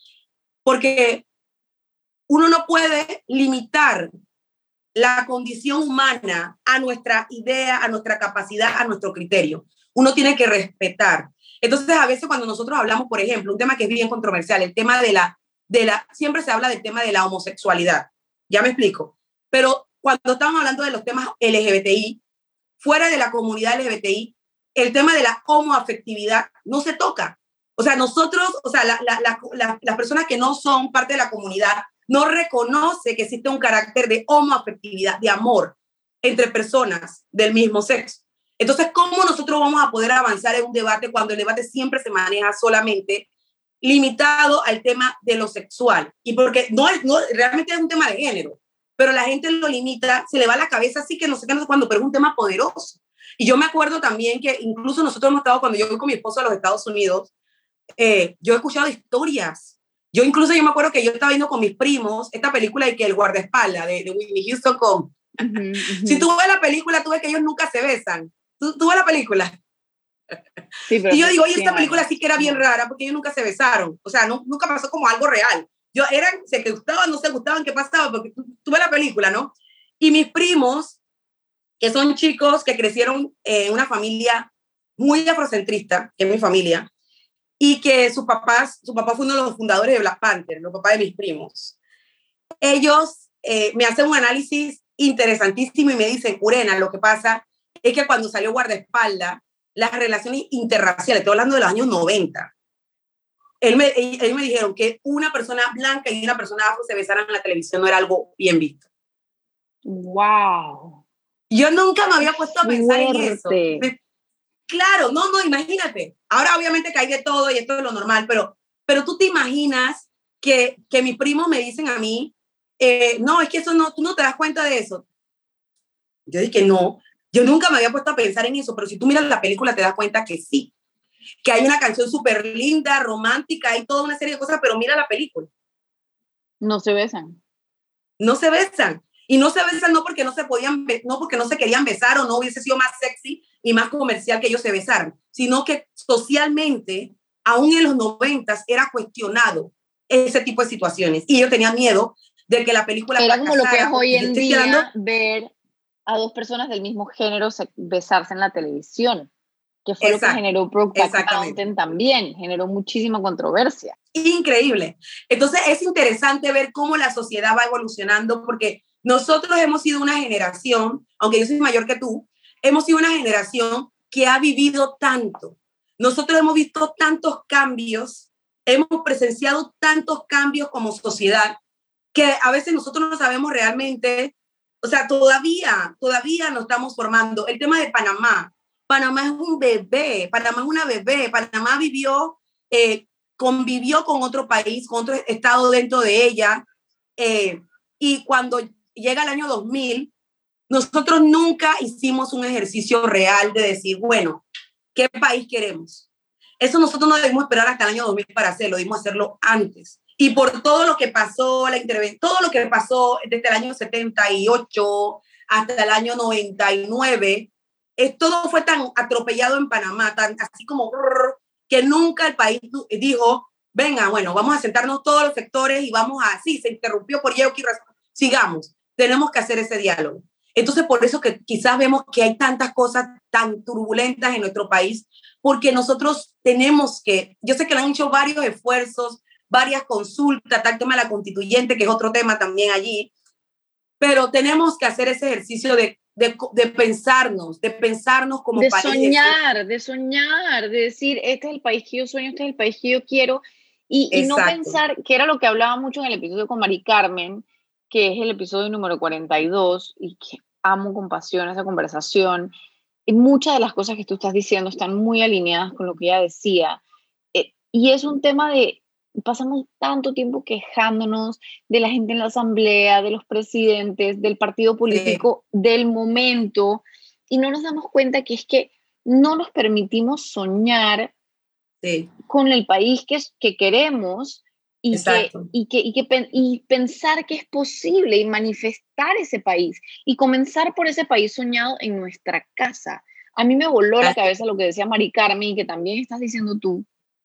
B: porque uno no puede limitar la condición humana a nuestra idea, a nuestra capacidad, a nuestro criterio. Uno tiene que respetar. Entonces, a veces cuando nosotros hablamos, por ejemplo, un tema que es bien controversial, el tema de la, de la, siempre se habla del tema de la homosexualidad, ya me explico, pero cuando estamos hablando de los temas L G B T I, fuera de la comunidad L G B T I, el tema de la homoafectividad no se toca. O sea, nosotros, o sea, la, la, la, la, las personas que no son parte de la comunidad no reconoce que existe un carácter de homoafectividad, de amor entre personas del mismo sexo. Entonces, ¿cómo nosotros vamos a poder avanzar en un debate cuando el debate siempre se maneja solamente limitado al tema de lo sexual? Y porque no, es, no realmente es un tema de género, pero la gente lo limita, se le va la cabeza así que no sé qué, no sé cuándo, pero es un tema poderoso. Y yo me acuerdo también que incluso nosotros hemos estado, cuando yo voy con mi esposo a los Estados Unidos, eh, yo he escuchado historias. Yo incluso yo me acuerdo que yo estaba viendo con mis primos esta película de que el guardaespaldas de, de Whitney Houston con... Uh -huh, uh -huh. Si tú ves la película, tú ves que ellos nunca se besan. ¿Tú, tú ves la película? Sí, y yo digo, oye, esta película sí que era bien rara porque ellos nunca se besaron. O sea, no, nunca pasó como algo real. Yo, eran, se gustaban, no se gustaban, ¿qué pasaba? Porque tú, tú ves la película, ¿no? Y mis primos, que son chicos que crecieron en una familia muy afrocentrista, que es mi familia, y que sus papás, su papá fue uno de los fundadores de Black Panther, los papás de mis primos. Ellos eh, me hacen un análisis interesantísimo y me dicen, Urena, lo que pasa es que cuando salió Guardaespaldas, las relaciones interraciales, estoy hablando de los años noventa, él me, ellos me dijeron que una persona blanca y una persona afro se besaran en la televisión no era algo bien visto.
A: ¡Wow!
B: Yo nunca me había puesto a pensar en eso. Me, claro, no, no, imagínate. Ahora obviamente que hay de todo y esto es lo normal, pero, pero tú te imaginas que, que mis primos me dicen a mí, eh, no, es que eso no, tú no te das cuenta de eso. Yo dije, no, yo nunca me había puesto a pensar en eso, pero si tú miras la película te das cuenta que sí, que hay una canción súper linda, romántica, hay toda una serie de cosas, pero mira la película.
A: No se besan.
B: No se besan. Y no se besan no porque no se podían, no porque no se querían besar o no hubiese sido más sexy y más comercial que ellos se besaran, sino que socialmente, aún en los noventas, era cuestionado ese tipo de situaciones. Y ellos tenían miedo de que la película
A: era como lo que es hoy en día
B: quedando...
A: ver a dos personas del mismo género besarse en la televisión, que fue Exacto. lo que generó Brokeback Mountain también, generó muchísima controversia.
B: Increíble. Entonces es interesante ver cómo la sociedad va evolucionando, porque nosotros hemos sido una generación, aunque yo soy mayor que tú, hemos sido una generación que ha vivido tanto. Nosotros hemos visto tantos cambios, hemos presenciado tantos cambios como sociedad, que a veces nosotros no sabemos realmente, o sea, todavía, todavía nos estamos formando. El tema de Panamá, Panamá es un bebé, Panamá es una bebé, Panamá vivió, eh, convivió con otro país, con otro estado dentro de ella, eh, y cuando llega el año dos mil, nosotros nunca hicimos un ejercicio real de decir, bueno, ¿qué país queremos? Eso nosotros no debimos esperar hasta el año dos mil para hacerlo, debimos hacerlo antes. Y por todo lo que pasó, la intervención, todo lo que pasó desde el año setenta y ocho hasta el año noventa y nueve, es, todo fue tan atropellado en Panamá, tan así como que nunca el país dijo, venga, bueno, vamos a sentarnos todos los sectores y vamos a, sí, se interrumpió por Yeuki, sigamos, tenemos que hacer ese diálogo. Entonces, por eso que quizás vemos que hay tantas cosas tan turbulentas en nuestro país, porque nosotros tenemos que, yo sé que le han hecho varios esfuerzos, varias consultas, tal tema de la constituyente, que es otro tema también allí, pero tenemos que hacer ese ejercicio de, de, de pensarnos, de pensarnos como
A: de
B: país.
A: Soñar, de, de soñar, de decir, este es el país que yo sueño, este es el país que yo quiero, y, y no pensar, que era lo que hablaba mucho en el episodio con Mari Carmen, que es el episodio número cuarenta y dos, y que amo con pasión esa conversación, y muchas de las cosas que tú estás diciendo están muy alineadas con lo que ella decía, eh, y es un tema de, pasamos tanto tiempo quejándonos de la gente en la asamblea, de los presidentes, del partido político, sí. del momento, y no nos damos cuenta que es que no nos permitimos soñar sí. con el país que, que queremos y, que, y, que, y, que, y pensar que es posible y manifestar ese país y comenzar por ese país soñado en nuestra casa. A mí me voló la cabeza lo que decía Mari Carmen y que también estás diciendo tú,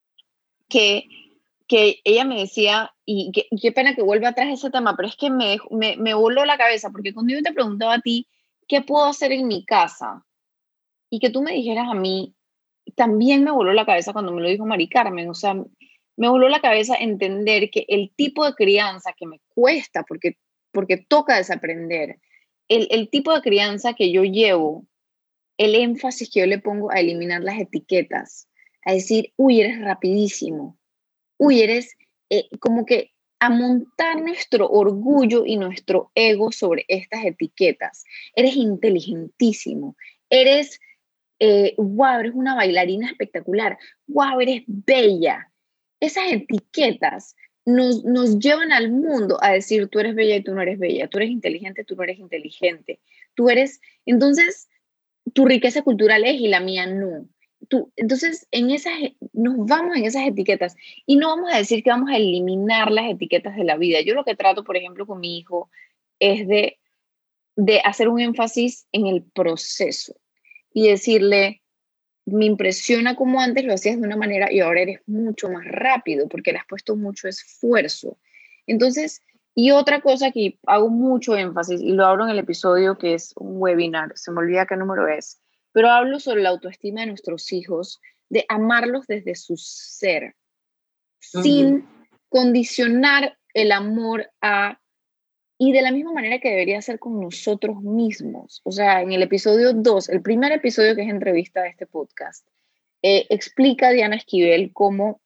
A: que que ella me decía, y que, qué pena que vuelva atrás ese tema, pero es que me, me, me voló la cabeza, porque cuando yo te preguntaba a ti, ¿qué puedo hacer en mi casa? Y que tú me dijeras a mí, también me voló la cabeza cuando me lo dijo Mari Carmen, o sea, me voló la cabeza entender que el tipo de crianza que me cuesta, porque, porque toca desaprender, el, el tipo de crianza que yo llevo, el énfasis que yo le pongo a eliminar las etiquetas, a decir, uy, eres rapidísimo, uy, eres eh, como que a montar nuestro orgullo y nuestro ego sobre estas etiquetas. Eres inteligentísimo, eres, eh, wow, eres una bailarina espectacular, wow, eres bella. Esas etiquetas nos, nos llevan al mundo a decir, tú eres bella y tú no eres bella, tú eres inteligente, tú no eres inteligente, tú eres, entonces, tu riqueza cultural es y la mía no. Tú, entonces, en esas, nos vamos en esas etiquetas y no vamos a decir que vamos a eliminar las etiquetas de la vida. Yo lo que trato, por ejemplo, con mi hijo es de, de hacer un énfasis en el proceso y decirle, me impresiona cómo antes lo hacías de una manera y ahora eres mucho más rápido porque le has puesto mucho esfuerzo. Entonces, y otra cosa que hago mucho énfasis, y lo hablo en el episodio que es un webinar, se me olvida qué número es, pero hablo sobre la autoestima de nuestros hijos, de amarlos desde su ser, sin
B: Uh-huh.
A: condicionar el amor a, y de la misma manera que debería ser con nosotros mismos. O sea, en el episodio dos, el primer episodio que es entrevista de este podcast, eh, explica Diana Esquivel cómo,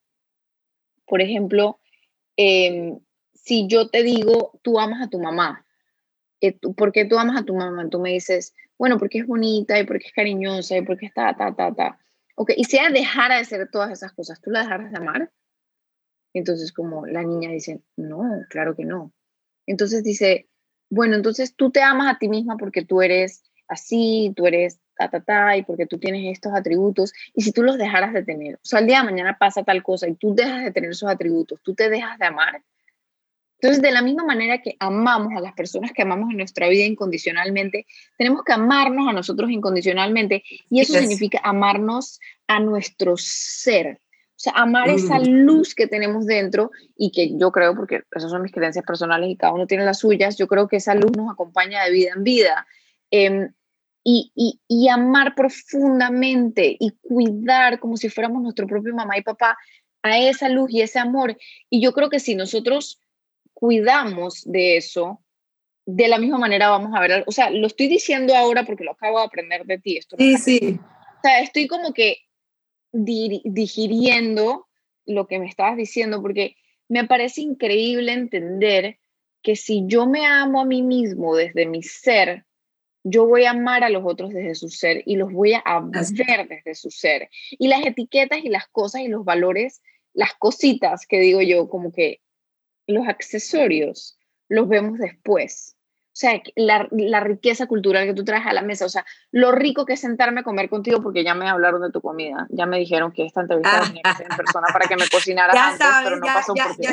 A: por ejemplo, eh, si yo te digo, tú amas a tu mamá, eh, tú, ¿por qué tú amas a tu mamá? Tú me dices, bueno, porque es bonita y porque es cariñosa y porque está, ta, ta, ta. Ok, y si ella dejara de hacer todas esas cosas, ¿tú la dejaras de amar? Entonces, como la niña dice, no, claro que no. Entonces dice, bueno, entonces tú te amas a ti misma porque tú eres así, tú eres ta, ta, ta, y porque tú tienes estos atributos, y si tú los dejaras de tener, o sea, el día de mañana pasa tal cosa y tú dejas de tener esos atributos, tú te dejas de amar. Entonces, de la misma manera que amamos a las personas que amamos en nuestra vida incondicionalmente, tenemos que amarnos a nosotros incondicionalmente, y eso
B: Yes.
A: significa amarnos a nuestro ser. O sea, amar esa
B: Uh-huh.
A: luz que tenemos dentro y que yo creo, porque esas son mis creencias personales y cada uno tiene las suyas, yo creo que esa luz nos acompaña de vida en vida. Eh, y, y, y amar profundamente y cuidar como si fuéramos nuestro propio mamá y papá a esa luz y ese amor. Y yo creo que si nosotros cuidamos de eso, de la misma manera vamos a ver, o sea, lo estoy diciendo ahora porque lo acabo de aprender de ti, esto no
B: Sí,
A: es,
B: sí.
A: o sea, estoy como que di, digiriendo lo que me estabas diciendo, porque me parece increíble entender que si yo me amo a mí mismo desde mi ser, yo voy a amar a los otros desde su ser y los voy a
B: Así.
A: ver desde su ser. Y las etiquetas y las cosas y los valores, las cositas que digo yo, como que los accesorios los vemos después. O sea, la, la riqueza cultural que tú traes a la mesa, o sea, lo rico que es sentarme a comer contigo, porque ya me hablaron de tu comida, ya me dijeron que esta entrevista
B: Ah,
A: tenía que ser en persona para que me cocinaras
B: ya
A: antes, pero
B: sabes,
A: no
B: ya,
A: pasó
B: ya,
A: porque...
B: ya.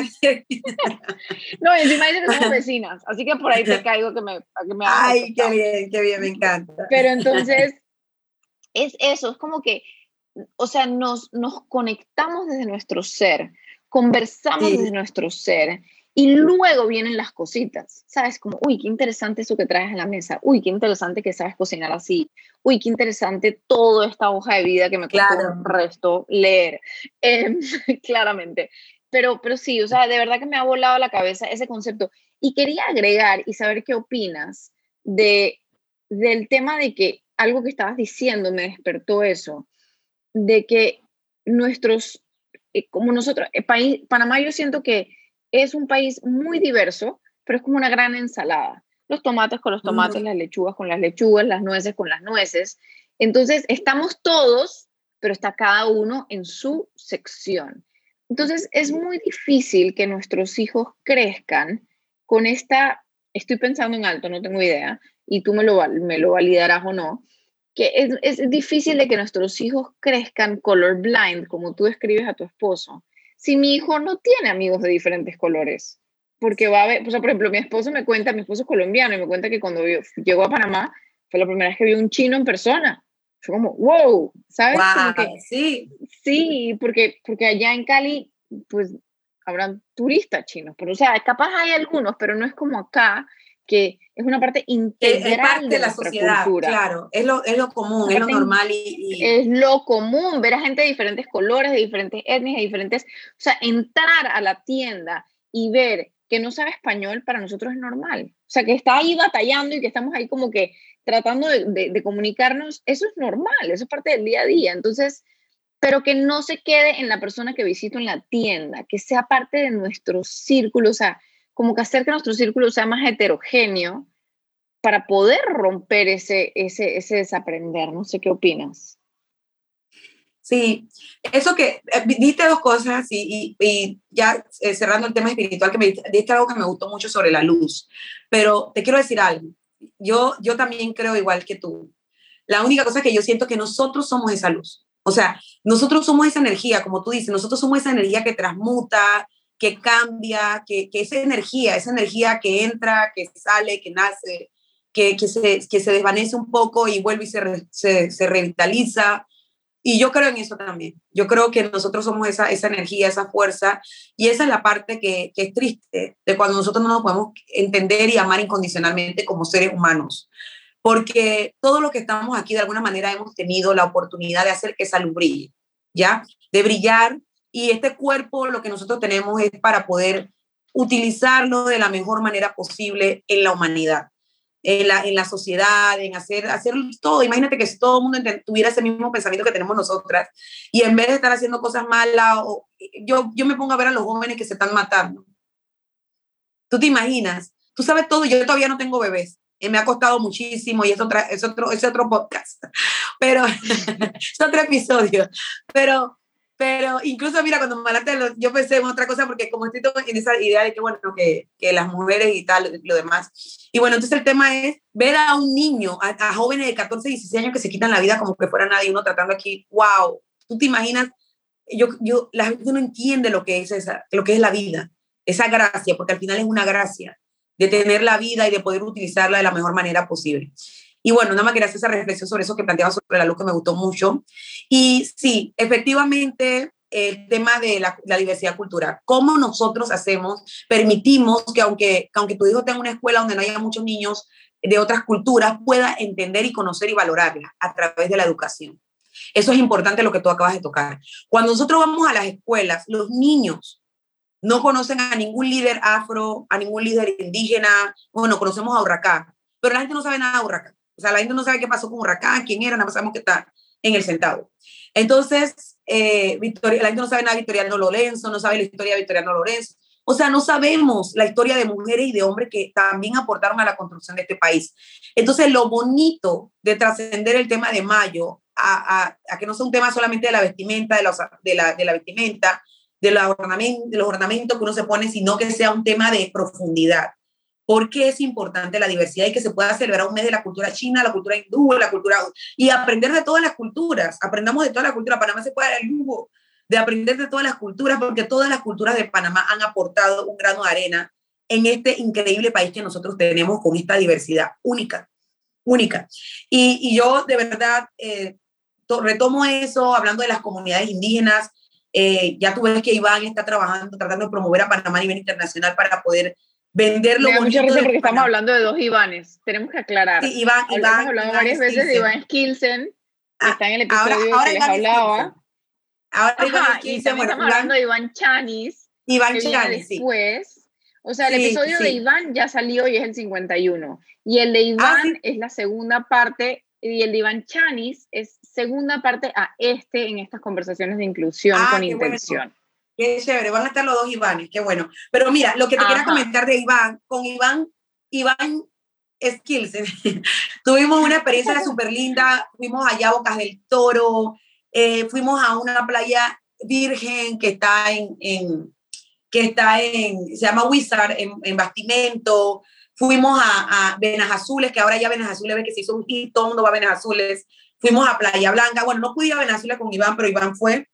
A: No, y encima dice que somos vecinas, así que por ahí te caigo que me, que me hagas el
B: Ay, qué
A: tostado.
B: bien, qué bien, me encanta.
A: Pero entonces, es eso, es como que, o sea, nos, nos conectamos desde nuestro ser, conversamos
B: Sí,
A: desde nuestro ser y luego vienen las cositas, ¿sabes? Como, uy, qué interesante eso que traes a la mesa, uy, qué interesante que sabes cocinar así, uy, qué interesante toda esta hoja de vida que me costó un
B: claro.
A: resto leer, eh, claramente. Pero, pero sí, o sea, de verdad que me ha volado la cabeza ese concepto. Y quería agregar y saber qué opinas de, del tema de que algo que estabas diciendo me despertó eso, de que nuestros, eh, como nosotros, el país, Panamá yo siento que es un país muy diverso, pero es como una gran ensalada. Los tomates con los tomates,
B: Uh-huh.
A: las lechugas con las lechugas, las nueces con las nueces. Entonces, estamos todos, pero está cada uno en su sección. Entonces, es muy difícil que nuestros hijos crezcan con esta, estoy pensando en alto, no tengo idea, y tú me lo, me lo validarás o no, que es, es difícil de que nuestros hijos crezcan colorblind, como tú describes a tu esposo. Si mi hijo no tiene amigos de diferentes colores, porque va a ver, o sea, por ejemplo, mi esposo me cuenta, mi esposo es colombiano, y me cuenta que cuando vio, llegó a Panamá, fue la primera vez que vio un chino en persona. Fue como, wow, ¿sabes? Como que
B: Wow, sí.
A: sí, porque, porque allá en Cali, pues, habrán turistas chinos, pero, o sea, capaz hay algunos, pero no es como acá, que es una parte integral
B: es parte de,
A: de
B: la
A: nuestra
B: sociedad,
A: cultura.
B: claro, es lo, es lo común, es lo normal. Y, y...
A: Es lo común, ver a gente de diferentes colores, de diferentes etnias, de diferentes... O sea, entrar a la tienda y ver que no sabe español, para nosotros es normal. O sea, que está ahí batallando y que estamos ahí como que tratando de, de, de comunicarnos, eso es normal, eso es parte del día a día. Entonces, pero que no se quede en la persona que visito en la tienda, que sea parte de nuestro círculo, o sea, como que hacer que nuestro círculo sea más heterogéneo para poder romper ese, ese, ese desaprender. No sé qué opinas.
B: Sí, eso que eh, diste dos cosas y, y, y ya eh, cerrando el tema espiritual, que me diste algo que me gustó mucho sobre la luz, pero te quiero decir algo, yo, yo también creo igual que tú. La única cosa que yo siento es que nosotros somos esa luz. O sea, nosotros somos esa energía, como tú dices, nosotros somos esa energía que transmuta, que cambia, que, que esa energía, esa energía que entra, que sale, que nace, que, que, se, que se desvanece un poco y vuelve y se, re, se, se revitaliza. Y yo creo en eso también. Yo creo que nosotros somos esa, esa energía, esa fuerza. Y esa es la parte que, que es triste, de cuando nosotros no nos podemos entender y amar incondicionalmente como seres humanos. Porque todo lo que estamos aquí, de alguna manera, hemos tenido la oportunidad de hacer que esa luz brille, ¿ya? De brillar. Y este cuerpo, lo que nosotros tenemos es para poder utilizarlo de la mejor manera posible en la humanidad, en la, en la sociedad, en hacer, hacer todo. Imagínate que si todo el mundo tuviera ese mismo pensamiento que tenemos nosotras y en vez de estar haciendo cosas malas, o, yo, yo me pongo a ver a los jóvenes que se están matando. ¿Tú te imaginas? Tú sabes todo, yo todavía no tengo bebés. Eh, me ha costado muchísimo y es, otra, es, otro, es otro podcast, pero es otro episodio. Pero, pero incluso, mira, cuando me hablaste, yo pensé en otra cosa porque como estoy en esa idea de que, bueno, que, que las mujeres y tal, lo demás. Y bueno, entonces el tema es ver a un niño, a, a jóvenes de catorce, dieciséis años que se quitan la vida como que fuera nadie, uno tratando aquí, wow, tú te imaginas, yo, yo, la gente no entiende lo que es, esa, lo que es la vida, esa gracia, porque al final es una gracia de tener la vida y de poder utilizarla de la mejor manera posible. Y bueno, nada más quería hacer esa reflexión sobre eso que planteaba sobre la luz, que me gustó mucho. Y sí, efectivamente, el tema de la, la diversidad cultural. ¿Cómo nosotros hacemos, permitimos que aunque, que aunque tu hijo tenga una escuela donde no haya muchos niños de otras culturas, pueda entender y conocer y valorarla a través de la educación? Eso es importante, lo que tú acabas de tocar. Cuando nosotros vamos a las escuelas, los niños no conocen a ningún líder afro, a ningún líder indígena. Bueno, conocemos a Urracá, pero la gente no sabe nada de Urracá. O sea, la gente no sabe qué pasó con Urracá, quién era, nada más sabemos que está en el Centauro. Entonces, eh, Victoria, la gente no sabe nada de Victoriano Lorenzo, no sabe la historia de Victoriano Lorenzo. O sea, no sabemos la historia de mujeres y de hombres que también aportaron a la construcción de este país. Entonces, lo bonito de trascender el tema de Mayo a, a, a que no sea un tema solamente de la vestimenta, de, los, de, la, de la vestimenta, de, la ornament, de los ornamentos que uno se pone, sino que sea un tema de profundidad. ¿Por qué es importante la diversidad y que se pueda celebrar un mes de la cultura china, la cultura hindú, la cultura... y aprender de todas las culturas? Aprendamos de todas las culturas. Panamá se puede dar el lujo de aprender de todas las culturas, porque todas las culturas de Panamá han aportado un grano de arena en este increíble país que nosotros tenemos con esta diversidad única, única. Y, y yo de verdad eh, to, retomo eso, hablando de las comunidades indígenas. Eh, ya tú ves que Iván está trabajando, tratando de promover a Panamá a nivel internacional para poder vender lo
A: Me da
B: bonito.
A: mucha risa porque
B: Panamá.
A: Estamos hablando de dos Ivanes, tenemos que aclarar.
B: Sí, Iván,
A: Hemos
B: Iván,
A: hablado
B: Iván
A: varias veces de Iván Skilsen, que
B: ah,
A: está en el episodio
B: ahora, ahora
A: que
B: Iván
A: les hablaba.
B: Ahora
A: Ajá,
B: Iván
A: y
B: Skilsen,
A: también
B: bueno,
A: estamos
B: Iván,
A: hablando de Iván Chanis,
B: Iván
A: que
B: Chanis,
A: viene después. Sí. O sea, el
B: sí,
A: episodio
B: sí.
A: de Iván ya salió y es el cincuenta y uno. Y el de Iván ah, ¿sí? es la segunda parte, y el de Iván Chanis es segunda parte a este en estas conversaciones de inclusión ah, con qué intención.
B: Bueno. Qué chévere, van a estar los dos Ivanes, qué bueno. Pero mira, lo que te Ajá. quería comentar de Iván, con Iván, Iván Skills, tuvimos una experiencia súper linda, fuimos allá a Bocas del Toro, eh, fuimos a una playa virgen que está en, en que está en, se llama Wizard, en, en Bastimento, fuimos a, a Venas Azules, que ahora ya Venas Azules ve que se hizo un hit, todo el mundo va a Venas Azules, fuimos a Playa Blanca, bueno, no pude ir a Venas Azules con Iván, pero Iván fue,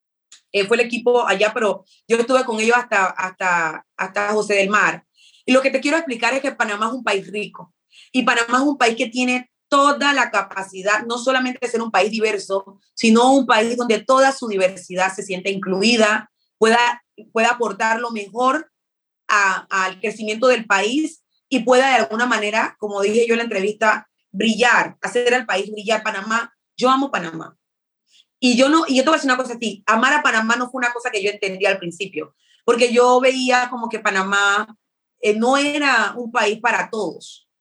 B: eh, fue el equipo allá, pero yo estuve con ellos hasta, hasta, hasta José del Mar. Y lo que te quiero explicar es que Panamá es un país rico, y Panamá es un país que tiene toda la capacidad, no solamente de ser un país diverso, sino un país donde toda su diversidad se siente incluida, pueda, pueda aportar lo mejor a, al crecimiento del país y pueda de alguna manera, como dije yo en la entrevista, brillar, hacer al país brillar. Panamá, yo amo Panamá. Y yo no, y yo te voy a decir una cosa a ti, amar a Panamá no fue una cosa que yo entendía al principio, porque yo veía como que Panamá eh, no era un país para todos.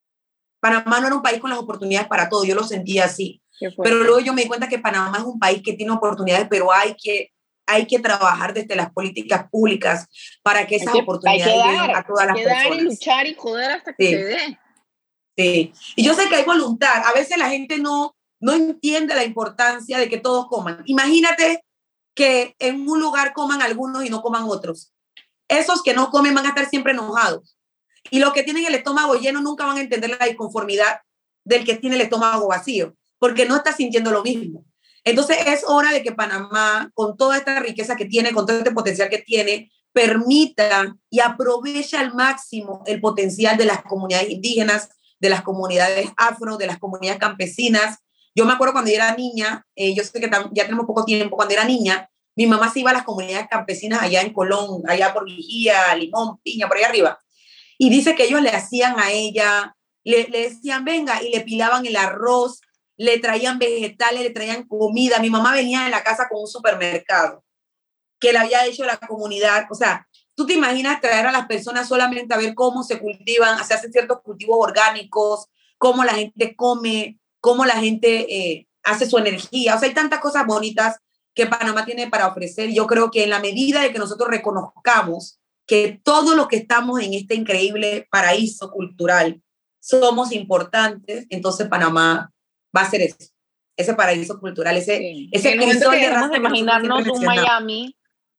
B: Panamá no era un país con las oportunidades para todos, yo lo sentía así. Pero luego yo me di cuenta que Panamá es un país que tiene oportunidades, pero hay que, hay que trabajar desde las políticas públicas para que esas
A: hay que,
B: oportunidades
A: hay que
B: lleguen
A: dar,
B: a todas
A: hay
B: las
A: que
B: personas.
A: Dar y luchar y joder hasta que
B: sí.
A: se dé.
B: Sí. Y yo sé que hay voluntad. A veces la gente no, no entiende la importancia de que todos coman. Imagínate que en un lugar coman algunos y no coman otros. Esos que no comen van a estar siempre enojados. Y los que tienen el estómago lleno nunca van a entender la disconformidad del que tiene el estómago vacío, porque no está sintiendo lo mismo. Entonces es hora de que Panamá, con toda esta riqueza que tiene, con todo este potencial que tiene, permita y aproveche al máximo el potencial de las comunidades indígenas, de las comunidades afro, de las comunidades campesinas. Yo me acuerdo cuando yo era niña, eh, yo sé que ya tenemos poco tiempo, cuando era niña, mi mamá se iba a las comunidades campesinas allá en Colón, allá por Vigía, Limón, Piña, por allá arriba. Y dice que ellos le hacían a ella, le, le decían, venga, y le pilaban el arroz, le traían vegetales, le traían comida. Mi mamá venía de la casa con un supermercado que le había hecho la comunidad. O sea, ¿tú te imaginas traer a las personas solamente a ver cómo se cultivan, se hacen ciertos cultivos orgánicos, cómo la gente come, cómo la gente eh, hace su energía? O sea, hay tantas cosas bonitas que Panamá tiene para ofrecer. Yo creo que en la medida de que nosotros reconozcamos que todos los que estamos en este increíble paraíso cultural somos importantes, entonces Panamá va a ser eso, ese paraíso cultural, ese,
A: sí.
B: ese
A: en el momento que dejemos de
B: que
A: imaginarnos un Miami,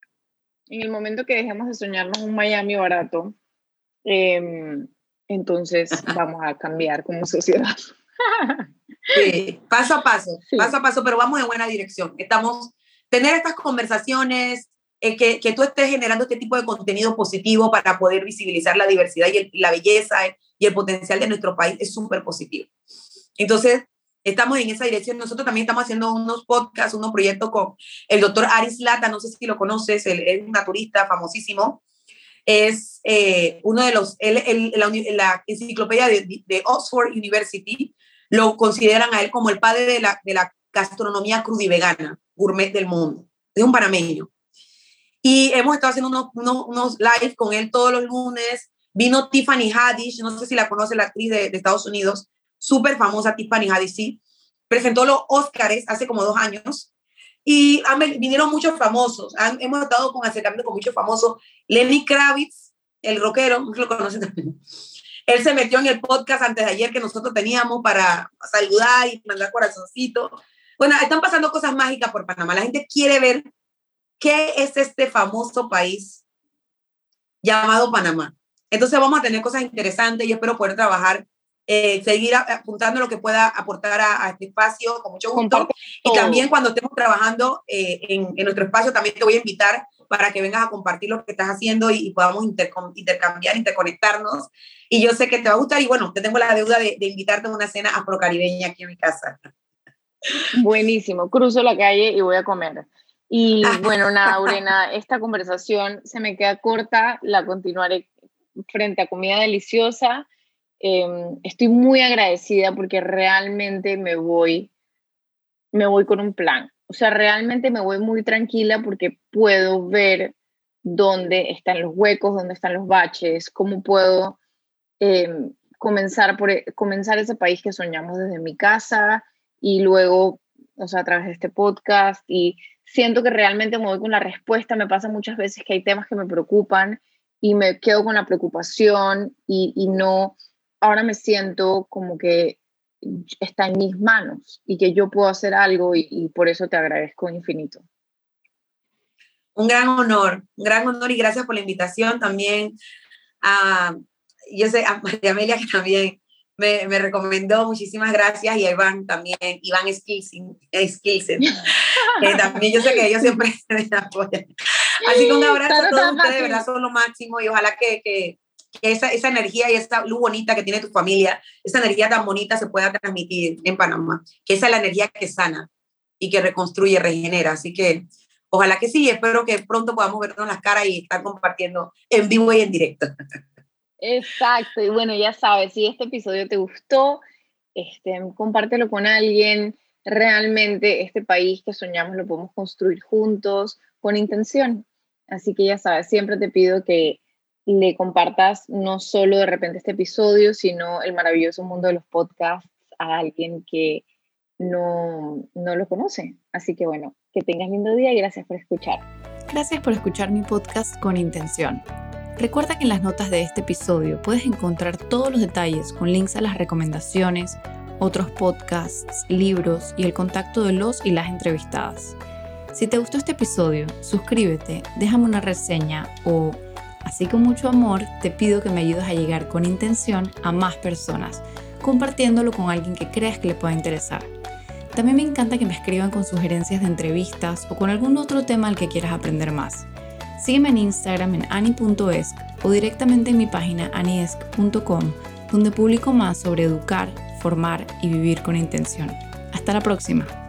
A: en el momento que dejemos de soñarnos un Miami barato, eh, entonces vamos a cambiar como sociedad.
B: Sí, paso a paso,
A: sí.
B: paso a paso, pero vamos en buena dirección. Estamos, tener estas conversaciones, eh, que, que tú estés generando este tipo de contenido positivo para poder visibilizar la diversidad y, el, y la belleza y el potencial de nuestro país es súper positivo. Entonces, estamos en esa dirección. Nosotros también estamos haciendo unos podcasts, unos proyectos con el doctor Aris Lata, no sé si lo conoces, él es un naturista famosísimo. Es eh, uno de los, él, él, la, la enciclopedia de, de Oxford University lo consideran a él como el padre de la, de la gastronomía cruda y vegana, gourmet del mundo. Es un panameño. Y hemos estado haciendo unos, unos, unos live con él todos los lunes. Vino Tiffany Haddish, no sé si la conoce, la actriz de, de Estados Unidos, súper famosa Tiffany Haddish, sí. Presentó los Óscares hace como dos años. Y han, vinieron muchos famosos. Han, hemos estado con acercamiento con muchos famosos. Lenny Kravitz, el rockero, no lo conocen también. Él se metió en el podcast antes de ayer que nosotros teníamos para saludar y mandar corazoncito. Bueno, están pasando cosas mágicas por Panamá. La gente quiere ver qué es este famoso país llamado Panamá. Entonces vamos a tener cosas interesantes y espero poder trabajar, eh, seguir apuntando lo que pueda aportar a, a este espacio con mucho gusto. Y también cuando estemos trabajando eh, en, en nuestro espacio, también te voy a invitar para que vengas a compartir lo que estás haciendo y, y podamos inter, intercambiar, interconectarnos. Y yo sé que te va a gustar y bueno, te tengo la deuda de, de invitarte a una cena afrocaribeña aquí en mi casa.
A: Buenísimo, cruzo la calle y voy a comer. Y bueno, nada, Aurena, esta conversación se me queda corta, la continuaré frente a comida deliciosa. Eh, estoy muy agradecida porque realmente me voy, me voy con un plan. O sea, realmente me voy muy tranquila porque puedo ver dónde están los huecos, dónde están los baches, cómo puedo eh, comenzar, por, comenzar ese país que soñamos desde mi casa y luego, o sea, a través de este podcast. Y siento que realmente me voy con la respuesta. Me pasa muchas veces que hay temas que me preocupan y me quedo con la preocupación y, y no, ahora me siento como que está en mis manos y que yo puedo hacer algo y, y por eso te agradezco infinito.
B: Un gran honor, un gran honor y gracias por la invitación también. A, yo sé, a María Amelia que también me, me recomendó, muchísimas gracias, y a Iván también, Iván Skilsen, Skilsen. eh, también yo sé que ellos siempre me apoyan. Así que un abrazo a todos ustedes, de verdad son lo máximo y ojalá que, que, que esa, esa energía y esa luz bonita que tiene tu familia, esa energía tan bonita se pueda transmitir en Panamá, que esa es la energía que sana y que reconstruye, regenera. Así que ojalá que sí, espero que pronto podamos vernos las caras y estar compartiendo en vivo y en directo.
A: Exacto, y bueno, ya sabes, si este episodio te gustó, este, compártelo con alguien. Realmente este país que soñamos lo podemos construir juntos, con intención. Así que ya sabes, siempre te pido que le compartas no solo de repente este episodio, sino el maravilloso mundo de los podcasts a alguien que no, no lo conoce. Así que bueno, que tengas lindo día y gracias por escuchar.
C: Gracias por escuchar mi podcast Con Intención. Recuerda que en las notas de este episodio puedes encontrar todos los detalles con links a las recomendaciones, otros podcasts, libros y el contacto de los y las entrevistadas. Si te gustó este episodio, suscríbete, déjame una reseña o, así con mucho amor, te pido que me ayudes a llegar con intención a más personas, compartiéndolo con alguien que creas que le pueda interesar. También me encanta que me escriban con sugerencias de entrevistas o con algún otro tema al que quieras aprender más. Sígueme en Instagram en ani punto esc o directamente en mi página ani esc punto com, donde publico más sobre educar, formar y vivir con intención. Hasta la próxima.